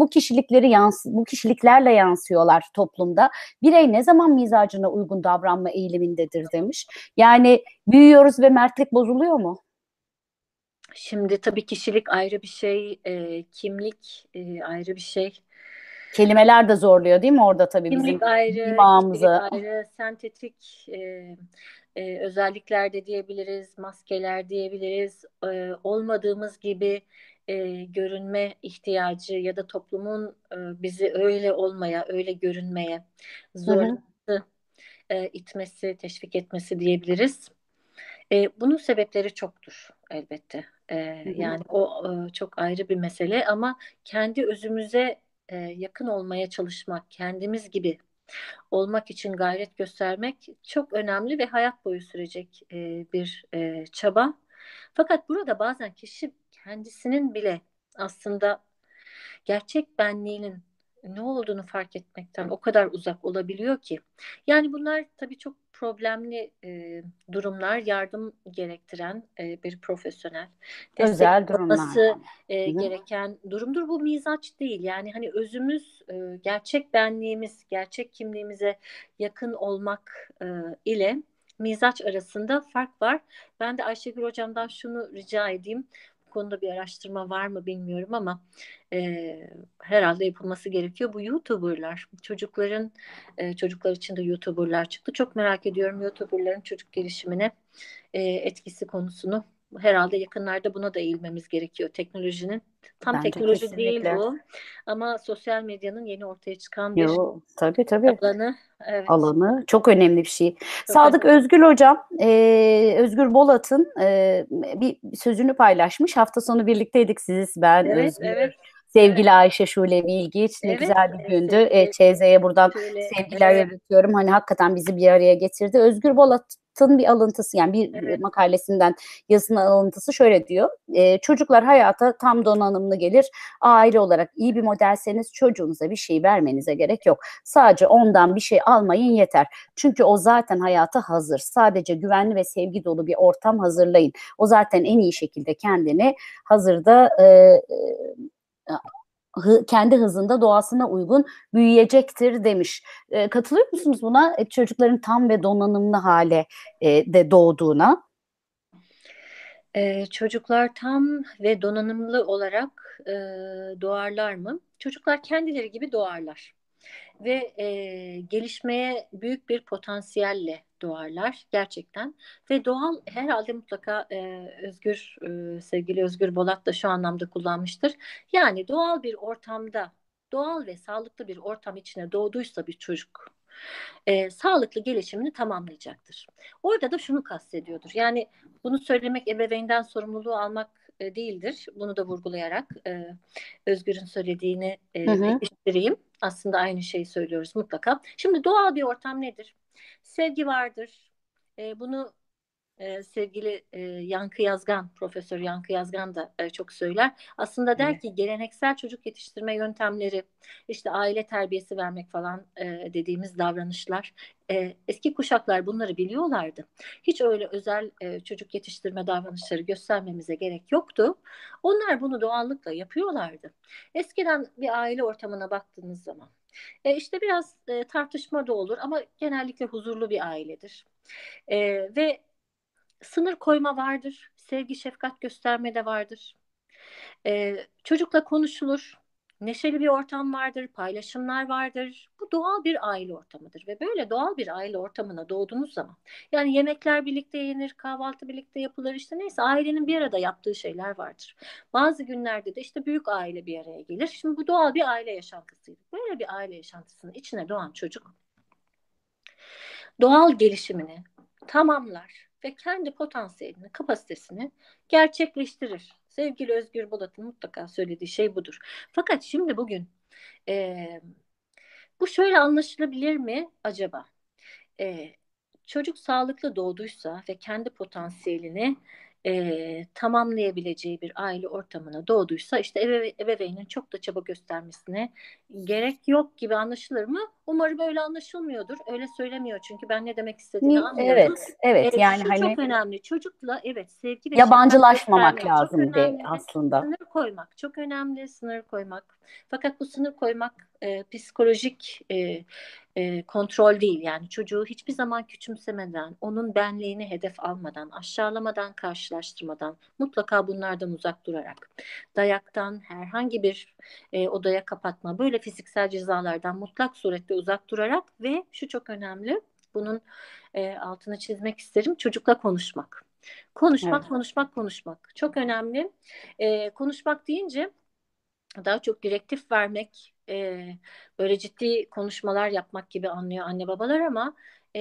Bu kişiliklerle yansıyorlar toplumda. Birey ne zaman mizacına uygun davranma eğilimindedir demiş. Yani büyüyoruz ve mertlik bozuluyor mu? Şimdi tabii kişilik ayrı bir şey, kimlik ayrı bir şey. Kelimeler de zorluyor değil mi orada tabii bizim Kimlik ayrı, kişilik dimağımızı? ayrı, sentetik özellikler de diyebiliriz, maskeler diyebiliriz, olmadığımız gibi görünme ihtiyacı ya da toplumun bizi öyle olmaya, öyle görünmeye Hı hı, zorlaması, itmesi, teşvik etmesi diyebiliriz. Bunun sebepleri çoktur elbette. hı hı. Yani o çok ayrı bir mesele ama kendi özümüze yakın olmaya çalışmak, kendimiz gibi olmak için gayret göstermek çok önemli ve hayat boyu sürecek bir çaba. Fakat burada bazen kişi kendisinin bile aslında gerçek benliğinin ne olduğunu fark etmekten o kadar uzak olabiliyor ki. Yani bunlar tabii çok problemli durumlar, yardım gerektiren bir profesyonel, destek Özel durumlar. olması Hı hı. gereken durumdur. Bu mizaç değil. Yani hani özümüz, gerçek benliğimiz, gerçek kimliğimize yakın olmak ile mizaç arasında fark var. Ben de Ayşegül Hocam'dan şunu rica edeyim. Bu konuda bir araştırma var mı bilmiyorum ama herhalde yapılması gerekiyor. Bu YouTuber'lar, çocuklar için de YouTuber'lar çıktı. Çok merak ediyorum YouTuber'ların çocuk gelişimine etkisi konusunu. Herhalde yakınlarda buna da eğilmemiz gerekiyor. Teknolojinin, tam Bence teknoloji değil kesinlikle. bu ama sosyal medyanın yeni ortaya çıkan bir Yo, tabii tabii. alanı. Evet, Alanı çok önemli bir şey. çok önemli. Sadık Özgül hocam, Özgür Bolat'ın bir sözünü paylaşmış. Hafta sonu birlikteydik siz, ben, Evet, Özgür, evet, evet, sevgili Ayşe Şule Bilgiç. Ne evet. güzel bir gündü. Sevgili ÇZ'ye buradan şöyle, sevgiler evet, iletiyorum. Hani hakikaten bizi bir araya getirdi. Özgür Bolat'ın bir alıntısı, yani bir evet. makalesinden yazısının alıntısı şöyle diyor. Çocuklar hayata tam donanımlı gelir. Aile olarak iyi bir modelseniz çocuğunuza bir şey vermenize gerek yok. Sadece ondan bir şey almayın yeter. Çünkü o zaten hayata hazır. Sadece güvenli ve sevgi dolu bir ortam hazırlayın. O zaten en iyi şekilde kendini hazırda kendi hızında doğasına uygun büyüyecektir demiş. Katılıyor musunuz buna? Çocukların tam ve donanımlı hale de doğduğuna. Çocuklar tam ve donanımlı olarak doğarlar mı? Çocuklar kendileri gibi doğarlar ve gelişmeye büyük bir potansiyelle doğarlar gerçekten ve doğal herhalde mutlaka sevgili Özgür Bolat da şu anlamda kullanmıştır. Yani doğal bir ortamda, doğal ve sağlıklı bir ortam içine doğduysa bir çocuk sağlıklı gelişimini tamamlayacaktır. Orada da şunu kastediyordur. Yani bunu söylemek ebeveynden sorumluluğu almak değildir. Bunu da vurgulayarak Özgür'ün söylediğini Hı hı. pekiştireyim. Aslında aynı şeyi söylüyoruz mutlaka. Şimdi doğal bir ortam nedir? Sevgi vardır. Bunu sevgili Yankı Yazgan, Profesör Yankı Yazgan da çok söyler. Aslında der Evet. ki geleneksel çocuk yetiştirme yöntemleri, işte aile terbiyesi vermek falan dediğimiz davranışlar, eski kuşaklar bunları biliyorlardı. Hiç öyle özel çocuk yetiştirme davranışları göstermemize gerek yoktu. Onlar bunu doğallıkla yapıyorlardı. Eskiden bir aile ortamına baktığınız zaman, işte biraz tartışma da olur ama genellikle huzurlu bir ailedir. Ve sınır koyma vardır, sevgi, şefkat gösterme de vardır. Çocukla konuşulur. Neşeli bir ortam vardır, paylaşımlar vardır. Bu doğal bir aile ortamıdır ve böyle doğal bir aile ortamına doğduğunuz zaman, yani yemekler birlikte yenir, kahvaltı birlikte yapılır, işte neyse ailenin bir arada yaptığı şeyler vardır. Bazı günlerde de işte büyük aile bir araya gelir. Şimdi bu doğal bir aile yaşantısıydı. Böyle bir aile yaşantısının içine doğan çocuk doğal gelişimini tamamlar ve kendi potansiyelini, kapasitesini gerçekleştirir. Sevgili Özgür Bolat'ın mutlaka söylediği şey budur. Fakat şimdi bugün e, bu şöyle anlaşılabilir mi acaba? E, Çocuk sağlıklı doğduysa ve kendi potansiyelini tamamlayabileceği bir aile ortamına doğduysa, işte ebeveynin çok da çaba göstermesine gerek yok gibi anlaşılır mı? Umarım öyle anlaşılmıyordur. Öyle söylemiyor çünkü ben ne demek istediğini anlıyorum. Evet, evet, yani Şu hani çok önemli. Çocukla evet sevgi ve şefkat yabancılaşmamak göstermek çok lazım de önemli. aslında. Sınır koymak çok önemli. Sınır koymak. Fakat bu sınır koymak psikolojik kontrol değil. Yani çocuğu hiçbir zaman küçümsemeden, onun benliğini hedef almadan, aşağılamadan, karşılaştırmadan, mutlaka bunlardan uzak durarak, dayaktan, herhangi bir odaya kapatma, böyle fiziksel cezalardan mutlak surette uzak durarak ve şu çok önemli, bunun altını çizmek isterim, çocukla konuşmak. Konuşmak, Evet. konuşmak, konuşmak. Çok önemli. Konuşmak deyince daha çok direktif vermek, böyle ciddi konuşmalar yapmak gibi anlıyor anne babalar ama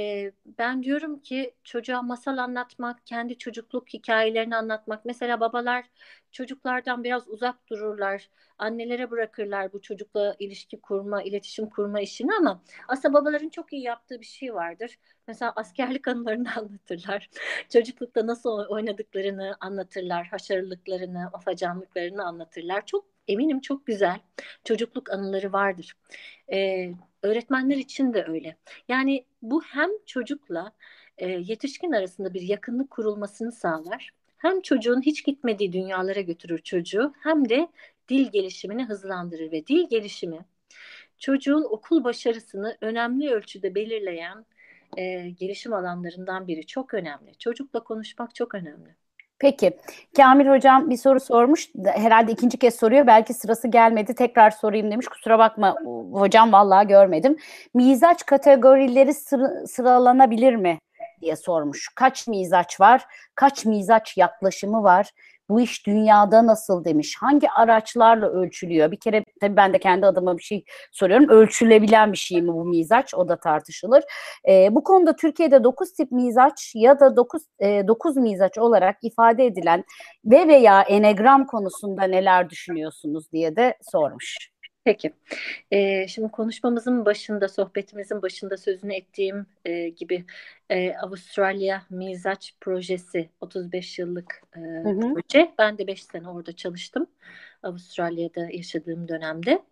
ben diyorum ki çocuğa masal anlatmak, kendi çocukluk hikayelerini anlatmak. Mesela babalar çocuklardan biraz uzak dururlar, annelere bırakırlar bu çocukla ilişki kurma, iletişim kurma işini ama aslında babaların çok iyi yaptığı bir şey vardır. Mesela askerlik anılarını anlatırlar. Çocuklukta nasıl oynadıklarını anlatırlar, haşarılıklarını, afacanlıklarını anlatırlar. Çok eminim çok güzel çocukluk anıları vardır. Öğretmenler için de öyle. Yani bu hem çocukla yetişkin arasında bir yakınlık kurulmasını sağlar. Hem çocuğun hiç gitmediği dünyalara götürür çocuğu, hem de dil gelişimini hızlandırır ve dil gelişimi çocuğun okul başarısını önemli ölçüde belirleyen gelişim alanlarından biri. Çok önemli. Çocukla konuşmak çok önemli. Peki, Kamil Hocam bir soru sormuş. Herhalde ikinci kez soruyor. Belki sırası gelmedi. Tekrar sorayım demiş. Kusura bakma hocam, vallahi görmedim. Mizaç kategorileri sıralanabilir mi diye sormuş. Kaç mizaç var? Kaç mizaç yaklaşımı var? Bu iş dünyada nasıl demiş. Hangi araçlarla ölçülüyor? Bir kere tabii ben de kendi adıma bir şey soruyorum. Ölçülebilen bir şey mi bu mizaç? O da tartışılır. Bu konuda Türkiye'de 9 tip mizaç ya da 9 mizaç olarak ifade edilen ve veya enegram konusunda neler düşünüyorsunuz diye de sormuş. Peki. Şimdi konuşmamızın başında, sohbetimizin başında sözünü ettiğim gibi Avustralya Mizaç Projesi 35 yıllık Hı hı. proje. Ben de 5 sene orada çalıştım. Avustralya'da yaşadığım dönemde.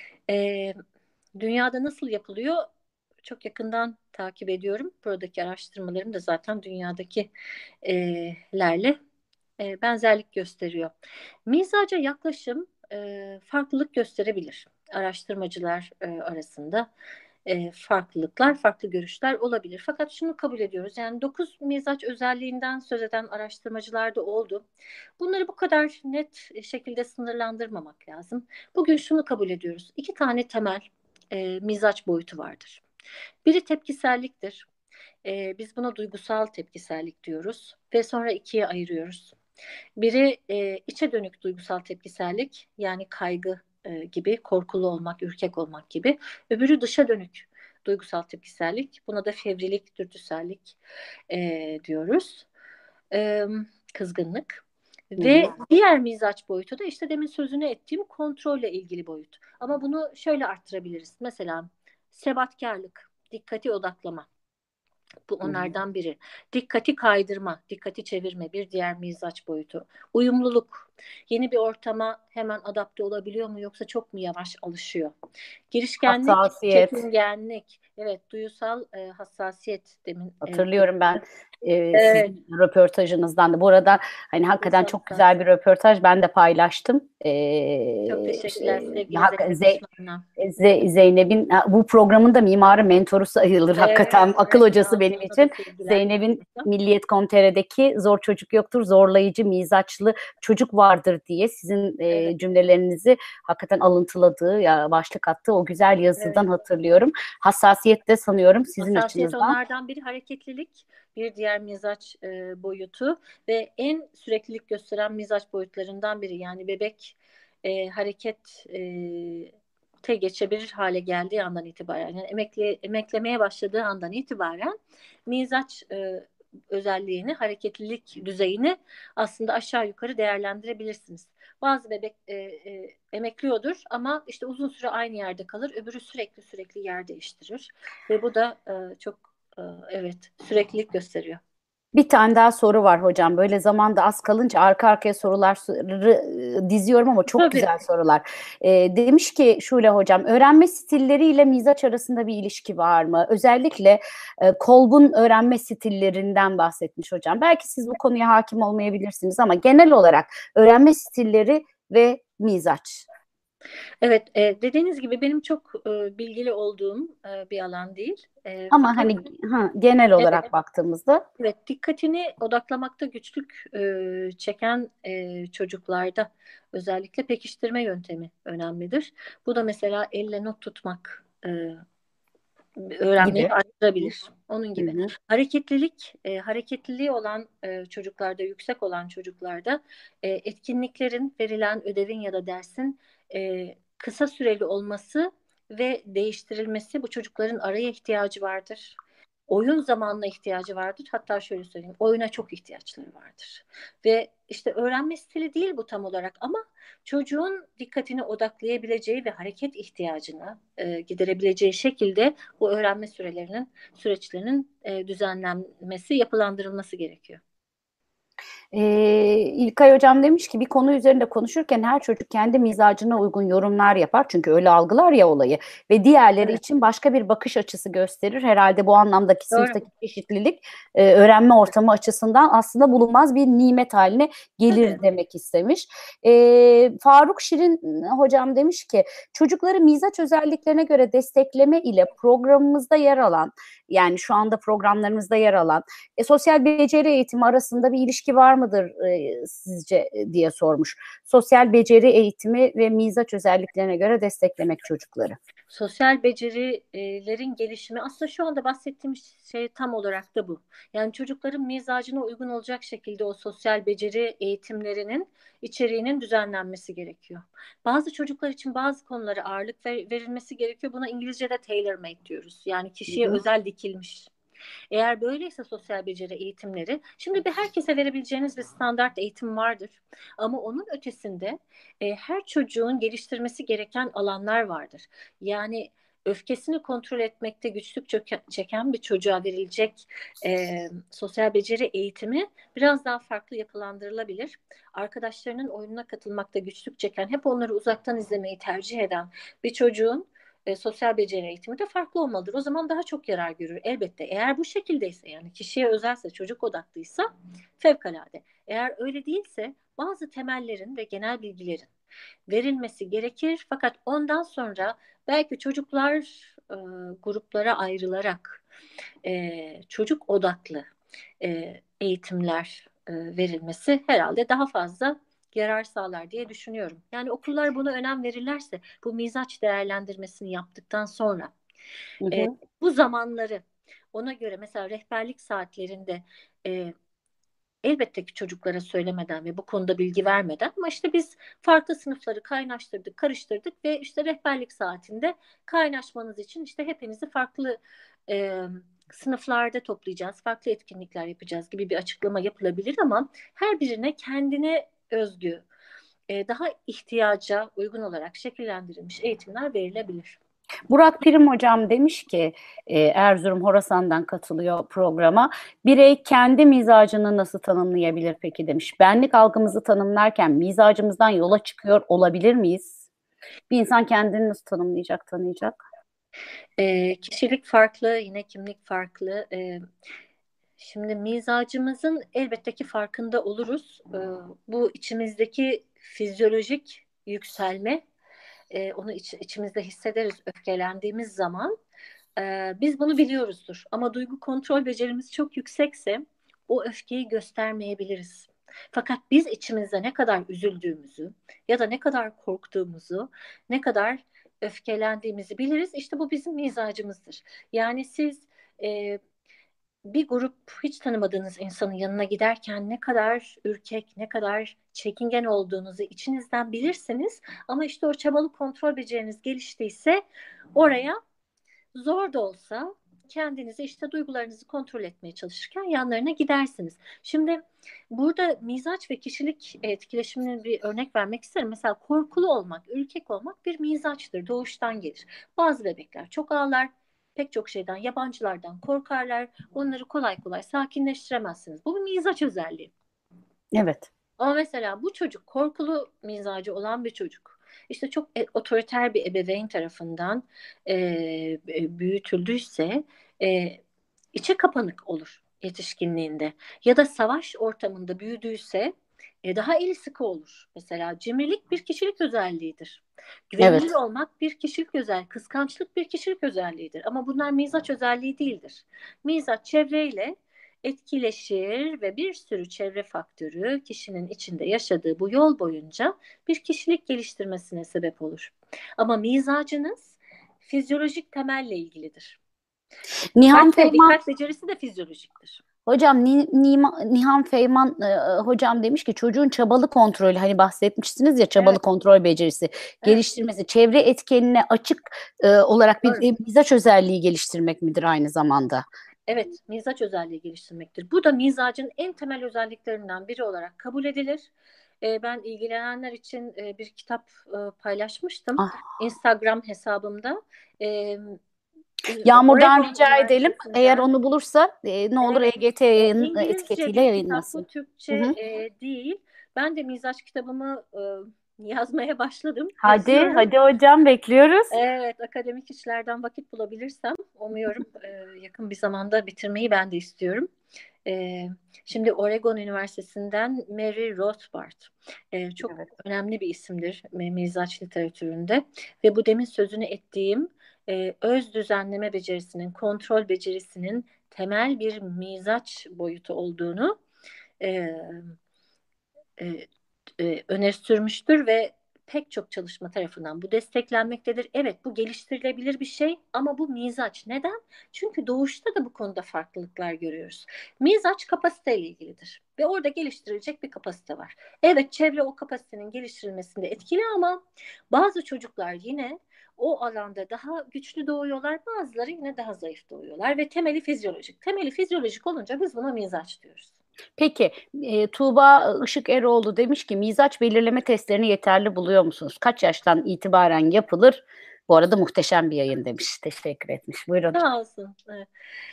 E, Dünyada nasıl yapılıyor? Çok yakından takip ediyorum. Buradaki araştırmalarım da zaten dünyadakilerle benzerlik gösteriyor. Mizaca yaklaşım farklılık gösterebilir. Araştırmacılar arasında farklılıklar, farklı görüşler olabilir. Fakat şunu kabul ediyoruz. Yani 9 mizaç özelliğinden söz eden araştırmacılar da oldu. Bunları bu kadar net şekilde sınırlandırmamak lazım. Bugün şunu kabul ediyoruz. 2 tane temel mizaç boyutu vardır. Biri tepkiselliktir. Biz buna duygusal tepkisellik diyoruz ve sonra ikiye ayırıyoruz. Biri içe dönük duygusal tepkisellik, yani kaygı gibi, korkulu olmak, ürkek olmak gibi. Öbürü dışa dönük duygusal tepkisellik. Buna da fevrilik, dürtüsellik diyoruz. E, Kızgınlık. Hı Ve hı. diğer mizaç boyutu da işte demin sözünü ettiğim kontrolle ilgili boyut. Ama bunu şöyle arttırabiliriz. Mesela sebatkarlık, dikkati odaklama. Bu Hı hı. onlardan biri. Dikkati kaydırma, dikkati çevirme, bir diğer mizaç boyutu. Uyumluluk. Yeni bir ortama hemen adapte olabiliyor mu yoksa çok mu yavaş alışıyor? Girişkenlik, Hassasiyet. çekingenlik. Evet, duyusal hassasiyet demin. Hatırlıyorum ben Evet, sizin röportajınızdan da. Bu arada hani hakikaten duyusal çok güzel bir hassasiyet. röportaj. Ben de paylaştım. Çok teşekkürler sevgili Zeynep Osman'a. Zeynep'in bu programın da mimarı mentoru sayılır hakikaten. Evet, Akıl evet. hocası benim Ona da için. sevgiler. Zeynep'in Milliyet.com.tr'deki Zor Çocuk Yoktur, Zorlayıcı Mizaçlı Çocuk vardır diye sizin Evet, cümlelerinizi hakikaten alıntıladığı ya başlık attığı o güzel evet. yazıdan hatırlıyorum. Hassasiyet de sanıyorum sizin Hassasiyet açınızdan. onlardan biri, hareketlilik bir diğer mizaç boyutu ve en süreklilik gösteren mizaç boyutlarından biri. Yani bebek hareket te geçebilir hale geldiği andan itibaren, yani emeklemeye başladığı andan itibaren mizaç özelliğini, hareketlilik düzeyini aslında aşağı yukarı değerlendirebilirsiniz. Bazı bebek emekliyordur ama işte uzun süre aynı yerde kalır, öbürü sürekli yer değiştirir ve bu da çok evet, süreklilik gösteriyor. Bir tane daha soru var hocam. Böyle zamanda az kalınca arka arkaya soruları diziyorum ama çok Tabii. güzel sorular. Demiş ki Şule hocam, öğrenme stilleriyle mizaç arasında bir ilişki var mı? Özellikle Kolb'un öğrenme stillerinden bahsetmiş hocam. Belki siz bu konuya hakim olmayabilirsiniz ama genel olarak öğrenme stilleri ve mizaç. Evet, dediğiniz gibi benim çok bilgili olduğum bir alan değil. Ama Fakat hani genel evet, olarak baktığımızda. evet, dikkatini odaklamakta güçlük çeken çocuklarda özellikle pekiştirme yöntemi önemlidir. Bu da mesela elle not tutmak öğrenmeyi Gibi. arttırabilir. Onun Hı gibi. hı. Hareketliliği olan çocuklarda, yüksek olan çocuklarda etkinliklerin, verilen ödevin ya da dersin kısa süreli olması ve değiştirilmesi, bu çocukların araya ihtiyacı vardır. Oyun zamanına ihtiyacı vardır. Hatta şöyle söyleyeyim, oyuna çok ihtiyaçları vardır. Ve işte öğrenme stili değil bu tam olarak, ama çocuğun dikkatini odaklayabileceği ve hareket ihtiyacını giderebileceği şekilde bu öğrenme süreçlerinin düzenlenmesi, yapılandırılması gerekiyor. İlkay Hocam demiş ki bir konu üzerinde konuşurken her çocuk kendi mizacına uygun yorumlar yapar. Çünkü öyle algılar ya olayı. Ve diğerleri Evet, için başka bir bakış açısı gösterir. Herhalde bu anlamdaki doğru. sınıftaki çeşitlilik öğrenme ortamı açısından aslında bulunmaz bir nimet haline gelir Tabii. demek istemiş. Faruk Şirin Hocam demiş ki çocukları mizaç özelliklerine göre destekleme ile programımızda yer alan, yani şu anda programlarımızda yer alan sosyal beceri eğitimi arasında bir ilişki var mıdır sizce diye sormuş. Sosyal beceri eğitimi ve mizaç özelliklerine göre desteklemek çocukları. Sosyal becerilerin gelişimi aslında şu anda bahsettiğim şey tam olarak da bu. Yani çocukların mizacına uygun olacak şekilde o sosyal beceri eğitimlerinin içeriğinin düzenlenmesi gerekiyor. Bazı çocuklar için bazı konulara ağırlık verilmesi gerekiyor. Buna İngilizce'de tailor-made diyoruz. Yani Hı kişiye hı. özel dikilmiş. Eğer böyleyse sosyal beceri eğitimleri, şimdi bir herkese verebileceğiniz bir standart eğitim vardır. Ama onun ötesinde her çocuğun geliştirmesi gereken alanlar vardır. Yani öfkesini kontrol etmekte güçlük çeken bir çocuğa verilecek sosyal beceri eğitimi biraz daha farklı yapılandırılabilir. Arkadaşlarının oyununa katılmakta güçlük çeken, hep onları uzaktan izlemeyi tercih eden bir çocuğun sosyal beceri eğitimi de farklı olmalıdır. O zaman daha çok yarar görür elbette. Eğer bu şekildeyse, yani kişiye özelse, çocuk odaklıysa fevkalade. Eğer öyle değilse bazı temellerin ve genel bilgilerin verilmesi gerekir. Fakat ondan sonra belki çocuklar gruplara ayrılarak çocuk odaklı eğitimler verilmesi herhalde daha fazla yarar sağlar diye düşünüyorum. Yani okullar buna önem verirlerse, bu mizaç değerlendirmesini yaptıktan sonra Hı e, hı. bu zamanları ona göre, mesela rehberlik saatlerinde elbette ki çocuklara söylemeden ve bu konuda bilgi vermeden, ama işte biz farklı sınıfları kaynaştırdık, karıştırdık ve işte rehberlik saatinde kaynaşmanız için işte hepinizi farklı e, sınıflarda toplayacağız, farklı etkinlikler yapacağız gibi bir açıklama yapılabilir, ama her birine kendine özgü, daha ihtiyaca uygun olarak şekillendirilmiş eğitimler verilebilir. Burak Prim hocam demiş ki Erzurum Horasan'dan katılıyor programa. Birey kendi mizacını nasıl tanımlayabilir peki demiş. Benlik algımızı tanımlarken mizacımızdan yola çıkıyor olabilir miyiz? Bir insan kendini nasıl tanıyacak? Kişilik farklı, yine kimlik farklı. Şimdi mizacımızın elbette ki farkında oluruz. Bu içimizdeki fizyolojik yükselme, onu içimizde hissederiz öfkelendiğimiz zaman. Biz bunu biliyoruzdur. Ama duygu kontrol becerimiz çok yüksekse o öfkeyi göstermeyebiliriz. Fakat biz içimizde ne kadar üzüldüğümüzü ya da ne kadar korktuğumuzu, ne kadar öfkelendiğimizi biliriz. İşte bu bizim mizacımızdır. Yani siz e, bir grup hiç tanımadığınız insanın yanına giderken ne kadar ürkek, ne kadar çekingen olduğunuzu içinizden bilirsiniz. Ama işte o çabalı kontrol beceriniz geliştiyse oraya zor da olsa kendinizi işte duygularınızı kontrol etmeye çalışırken yanlarına gidersiniz. Şimdi burada mizaç ve kişilik etkileşimine bir örnek vermek isterim. Mesela korkulu olmak, ürkek olmak bir mizaçtır. Doğuştan gelir. Bazı bebekler çok ağlar. Pek çok şeyden, yabancılardan korkarlar. Onları kolay kolay sakinleştiremezsiniz. Bu bir mizaç özelliği. Evet. Ama mesela bu çocuk korkulu mizacı olan bir çocuk. İşte çok otoriter bir ebeveyn tarafından büyütüldüyse e, içe kapanık olur yetişkinliğinde. Ya da savaş ortamında büyüdüyse daha eli sıkı olur. Mesela cimrilik bir kişilik özelliğidir. Güvenilir Evet. olmak bir kişilik özelliği, kıskançlık bir kişilik özelliğidir. Ama bunlar mizaç özelliği değildir. Mizaç çevreyle etkileşir ve bir sürü çevre faktörü kişinin içinde yaşadığı bu yol boyunca bir kişilik geliştirmesine sebep olur. Ama mizacınız fizyolojik temelle ilgilidir. Nihan Dikkat ve Feyman dikkat becerisi de fizyolojiktir. hocam, Nihan Feyman hocam demiş ki çocuğun çabalı kontrolü, hani bahsetmiştiniz ya, çabalı Evet, kontrol becerisi evet, geliştirmesi, çevre etkenine açık olarak bir doğru. mizaç özelliği geliştirmek midir aynı zamanda? Evet, mizaç özelliği geliştirmektir. Bu da mizacın en temel özelliklerinden biri olarak kabul edilir. Ben ilgilenenler için bir kitap paylaşmıştım Ah, Instagram hesabımda. E, Yağmur'dan Oregon rica edelim. Eğer Üniversitesi'nden. onu bulursa ne olur Evet, EGT yayın İngilizce etiketiyle bir kitap yayınlasın. bu, Türkçe Hı hı. değil. Ben de mizaç kitabımı yazmaya başladım, Hadi, yazıyorum. hadi hocam, bekliyoruz. Evet, akademik işlerden vakit bulabilirsem umuyorum yakın bir zamanda bitirmeyi ben de istiyorum. E, Şimdi Oregon Üniversitesi'nden Mary Rothbard çok Evet. önemli bir isimdir mizaç literatüründe ve bu demin sözünü ettiğim öz düzenleme becerisinin, kontrol becerisinin temel bir mizaç boyutu olduğunu e, e, öne sürmüştür ve pek çok çalışma tarafından bu desteklenmektedir. Evet, bu geliştirilebilir bir şey ama bu mizaç. Neden? Çünkü doğuşta da bu konuda farklılıklar görüyoruz. Mizaç kapasiteyle ilgilidir ve orada geliştirilecek bir kapasite var. Evet, çevre o kapasitenin geliştirilmesinde etkili ama bazı çocuklar yine o alanda daha güçlü doğuyorlar, bazıları yine daha zayıf doğuyorlar ve temeli fizyolojik. Temeli fizyolojik olunca biz buna mizaç diyoruz. Peki, Tuğba Işık Eroğlu demiş ki mizaç belirleme testlerini yeterli buluyor musunuz? Kaç yaştan itibaren yapılır? Bu arada muhteşem bir yayın demiş. Teşekkür etmiş. Buyurun. Sağ olsun. Evet.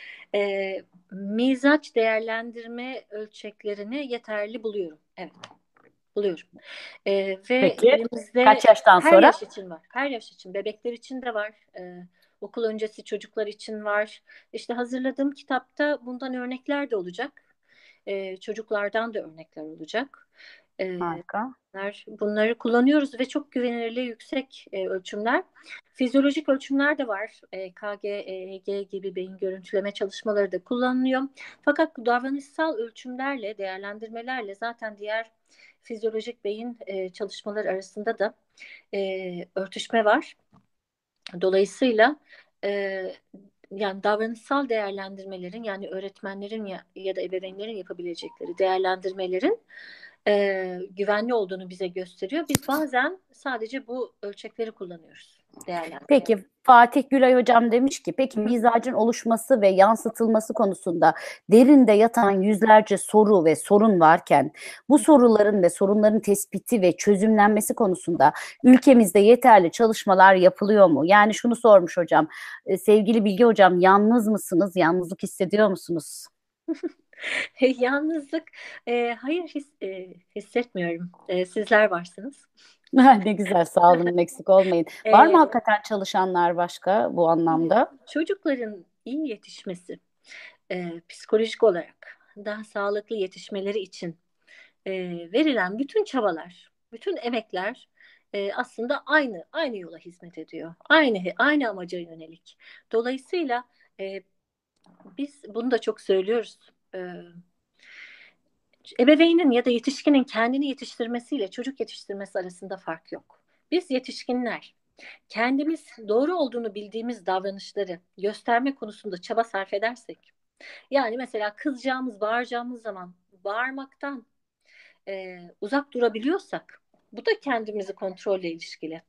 Mizaç değerlendirme ölçeklerini yeterli buluyorum. Evet, buluyorum. Ve Peki, elimizde kaç yaştan her sonra? yaş için var. Her yaş için. Bebekler için de var. Okul öncesi çocuklar için var. İşte hazırladığım kitapta bundan örnekler de olacak. Çocuklardan da örnekler olacak. Harika. Bunları kullanıyoruz ve çok güvenilirliği yüksek ölçümler. Fizyolojik ölçümler de var. EKG, EEG gibi beyin görüntüleme çalışmaları da kullanılıyor. Fakat bu davranışsal ölçümlerle, değerlendirmelerle zaten diğer fizyolojik beyin çalışmaları arasında da örtüşme var. Dolayısıyla e, yani davranışsal değerlendirmelerin yani öğretmenlerin ya da ebeveynlerin yapabilecekleri değerlendirmelerin güvenli olduğunu bize gösteriyor. Biz bazen sadece bu ölçekleri kullanıyoruz değerlendirme. Peki, Fatih Gülay hocam demiş ki peki mizacın oluşması ve yansıtılması konusunda derinde yatan yüzlerce soru ve sorun varken bu soruların ve sorunların tespiti ve çözümlenmesi konusunda ülkemizde yeterli çalışmalar yapılıyor mu? Yani şunu sormuş hocam, sevgili Bilge hocam, yalnız mısınız? Yalnızlık hissediyor musunuz? Yalnızlık, hayır hissetmiyorum. Sizler varsınız. Ne güzel, sağ olun, eksik olmayın. Var mı E, hakikaten çalışanlar başka bu anlamda? Çocukların iyi yetişmesi, psikolojik olarak daha sağlıklı yetişmeleri için e, verilen bütün çabalar, bütün emekler aslında aynı yola hizmet ediyor. Aynı amaca yönelik. Dolayısıyla biz bunu da çok söylüyoruz. ebeveynin ya da yetişkinin kendini yetiştirmesiyle çocuk yetiştirmesi arasında fark yok. Biz yetişkinler kendimiz doğru olduğunu bildiğimiz davranışları gösterme konusunda çaba sarf edersek, yani mesela kızacağımız, bağıracağımız zaman bağırmaktan uzak durabiliyorsak, bu da kendimizi kontrolle ilişkili.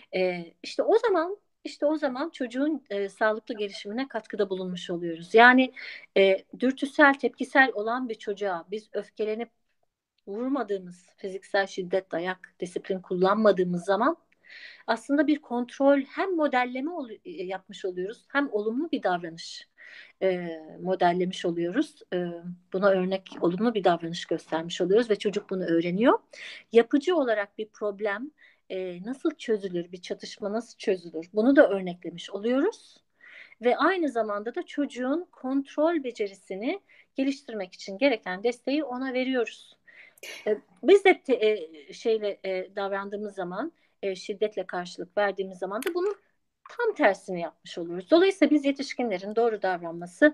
İşte o zaman çocuğun sağlıklı gelişimine katkıda bulunmuş oluyoruz. Yani dürtüsel, tepkisel olan bir çocuğa biz öfkelenip vurmadığımız, fiziksel şiddet, dayak, disiplin kullanmadığımız zaman aslında bir kontrol, hem modelleme yapmış oluyoruz, hem olumlu bir davranış modellemiş oluyoruz. Buna örnek olumlu bir davranış göstermiş oluyoruz ve çocuk bunu öğreniyor. Yapıcı olarak bir problem nasıl çözülür, bir çatışma nasıl çözülür, bunu da örneklemiş oluyoruz. Ve aynı zamanda da çocuğun kontrol becerisini geliştirmek için gereken desteği ona veriyoruz. Biz de davrandığımız zaman, şiddetle karşılık verdiğimiz zaman da bunun tam tersini yapmış oluyoruz. Dolayısıyla biz yetişkinlerin doğru davranması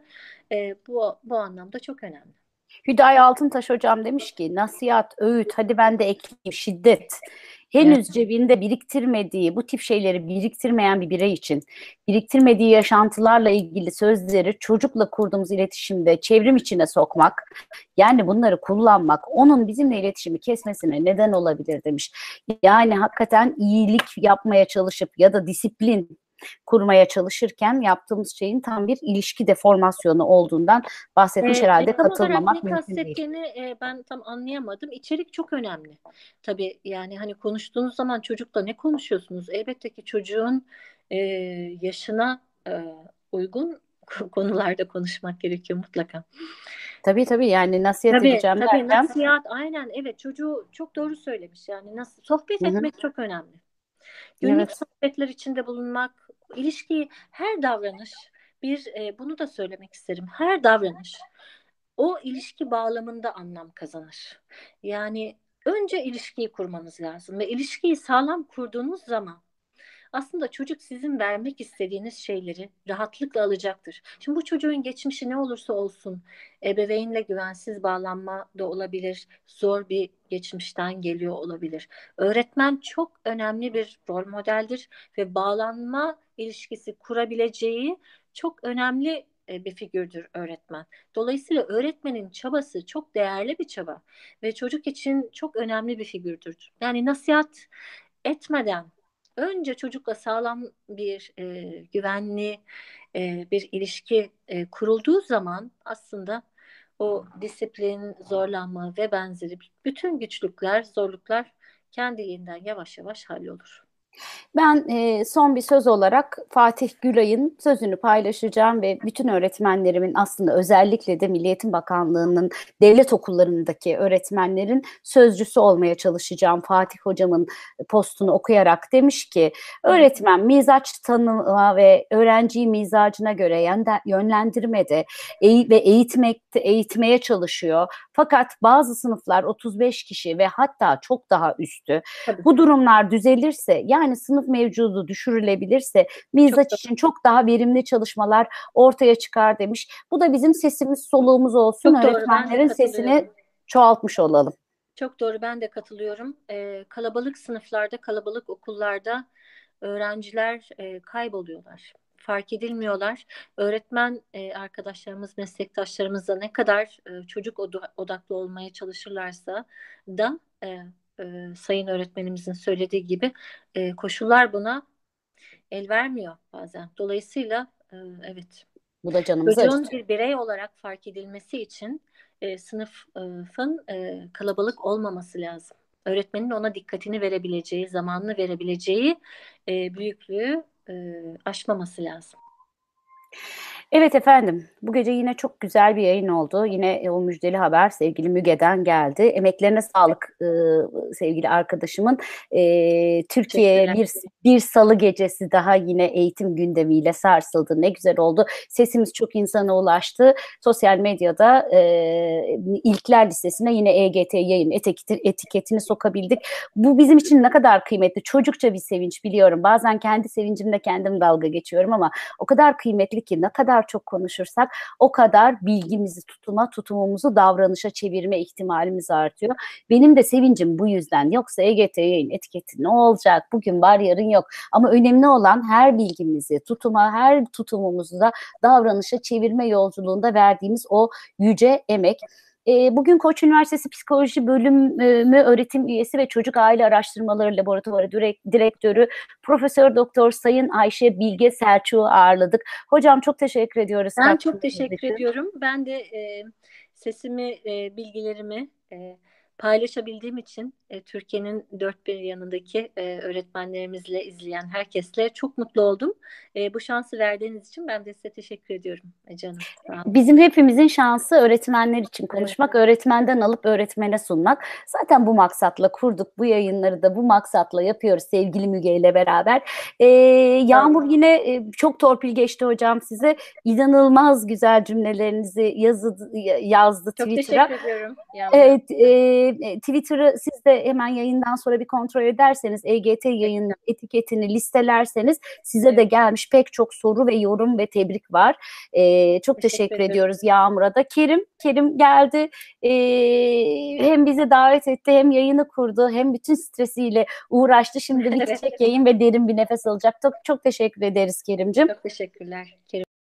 bu anlamda çok önemli. Hüdayi Altıntaş hocam demiş ki nasihat, öğüt, hadi ben de ekleyeyim şiddet. Henüz cebinde biriktirmediği, bu tip şeyleri biriktirmeyen bir birey için biriktirmediği yaşantılarla ilgili sözleri çocukla kurduğumuz iletişimde çevrim içine sokmak, yani bunları kullanmak onun bizimle iletişimi kesmesine neden olabilir demiş. Yani hakikaten iyilik yapmaya çalışıp ya da disiplin kurmaya çalışırken yaptığımız şeyin tam bir ilişki deformasyonu olduğundan bahsetmiş, herhalde Tam olarak katılmamak ne mümkün değil. kastettiğini ben tam anlayamadım. İçerik çok önemli. Tabii yani hani konuştuğunuz zaman çocukla ne konuşuyorsunuz? Elbette ki çocuğun yaşına uygun konularda konuşmak gerekiyor mutlaka. Tabii yani nasihat Tabii edeceğim tabii, derken. nasihat, aynen, evet, çocuğu çok doğru söylemiş. Yani nasıl sohbet Hı hı, etmek çok önemli. Günlük evet. sohbetler içinde bulunmak, ilişkiyi, her davranış, bunu da söylemek isterim. Her davranış o ilişki bağlamında anlam kazanır. Yani önce ilişkiyi kurmanız lazım ve ilişkiyi sağlam kurduğunuz zaman aslında çocuk sizin vermek istediğiniz şeyleri rahatlıkla alacaktır. Şimdi bu çocuğun geçmişi ne olursa olsun, ebeveynle güvensiz bağlanma da olabilir, zor bir geçmişten geliyor olabilir. Öğretmen çok önemli bir rol modeldir ve bağlanma ilişkisi kurabileceği çok önemli bir figürdür öğretmen. Dolayısıyla öğretmenin çabası çok değerli bir çaba ve çocuk için çok önemli bir figürdür. Yani nasihat etmeden önce çocukla sağlam bir güvenli bir ilişki kurulduğu zaman aslında o disiplin, zorlanma ve benzeri bütün güçlükler, zorluklar kendiliğinden yavaş yavaş hallolur. Ben son bir söz olarak Fatih Gülay'ın sözünü paylaşacağım ve bütün öğretmenlerimin, aslında özellikle de Milli Eğitim Bakanlığı'nın devlet okullarındaki öğretmenlerin sözcüsü olmaya çalışacağım. Fatih hocamın postunu okuyarak demiş ki, öğretmen mizaç tanıma ve öğrenciyi mizacına göre yönlendirmede ve eğitmeye çalışıyor. Fakat bazı sınıflar 35 kişi ve hatta çok daha üstü. Tabii. Bu durumlar düzelirse, yani sınıf mevcudu düşürülebilirse mizaç için çok daha verimli çalışmalar ortaya çıkar demiş. Bu da bizim sesimiz, soluğumuz olsun. Çok doğru, ben de Öğretmenlerin sesini katılıyorum. çoğaltmış olalım. Çok doğru, ben de katılıyorum. Kalabalık sınıflarda, kalabalık okullarda öğrenciler kayboluyorlar. Fark edilmiyorlar. Öğretmen arkadaşlarımız, meslektaşlarımız da ne kadar çocuk odaklı olmaya çalışırlarsa da sayın öğretmenimizin söylediği gibi koşullar buna el vermiyor bazen. Dolayısıyla evet. Bu da canımızı Çocuğun acıtıyor. bir birey olarak fark edilmesi için sınıfın kalabalık olmaması lazım. Öğretmenin ona dikkatini verebileceği, zamanını verebileceği büyüklüğü aşmaması lazım. Evet efendim, bu gece yine çok güzel bir yayın oldu. Yine o müjdeli haber sevgili Müge'den geldi. Emeklerine sağlık sevgili arkadaşımın. Türkiye'ye bir salı gecesi daha yine eğitim gündemiyle sarsıldı. Ne güzel oldu. Sesimiz çok insana ulaştı. Sosyal medyada ilkler listesine yine EGT yayın etiketini sokabildik. Bu bizim için ne kadar kıymetli. Çocukça bir sevinç, biliyorum. Bazen kendi sevincimle kendim dalga geçiyorum ama o kadar kıymetli ki, ne kadar kadar çok konuşursak o kadar bilgimizi tutumumuzu davranışa çevirme ihtimalimiz artıyor. Benim de sevincim bu yüzden. Yoksa EGT yayın etiketi ne olacak? Bugün var, yarın yok. Ama önemli olan her bilgimizi, her tutumumuzu da davranışa çevirme yolculuğunda verdiğimiz o yüce emek. Bugün Koç Üniversitesi Psikoloji Bölümü öğretim üyesi ve Çocuk Aile Araştırmaları Laboratuvarı Direktörü Profesör Doktor Sayın Ayşe Bilge Selçuk'u ağırladık. Hocam çok teşekkür ediyoruz. Ben çok teşekkür ediyorum. Ben de sesimi, bilgilerimi paylaşabildiğim için Türkiye'nin dört bir yanındaki öğretmenlerimizle, izleyen herkesle çok mutlu oldum. Bu şansı verdiğiniz için ben de size teşekkür ediyorum canım. Bizim hepimizin şansı öğretmenler için konuşmak, öğretmenden alıp öğretmene sunmak. Zaten bu maksatla kurduk. Bu yayınları da bu maksatla yapıyoruz sevgili Müge ile beraber. Yağmur yine çok torpil geçti hocam size. İnanılmaz güzel cümlelerinizi yazdı çok Twitter'a. Teşekkür ediyorum. Evet, Twitter'ı siz de hemen yayından sonra bir kontrol ederseniz, EGT yayın etiketini listelerseniz size de gelmiş pek çok soru ve yorum ve tebrik var. Çok teşekkür ediyoruz Yağmur'a da. Kerim geldi. Hem bizi davet etti, hem yayını kurdu, hem bütün stresiyle uğraştı. Şimdi bitecek yayın ve derin bir nefes alacak. Çok teşekkür ederiz Kerim'cim. Çok teşekkürler Kerim.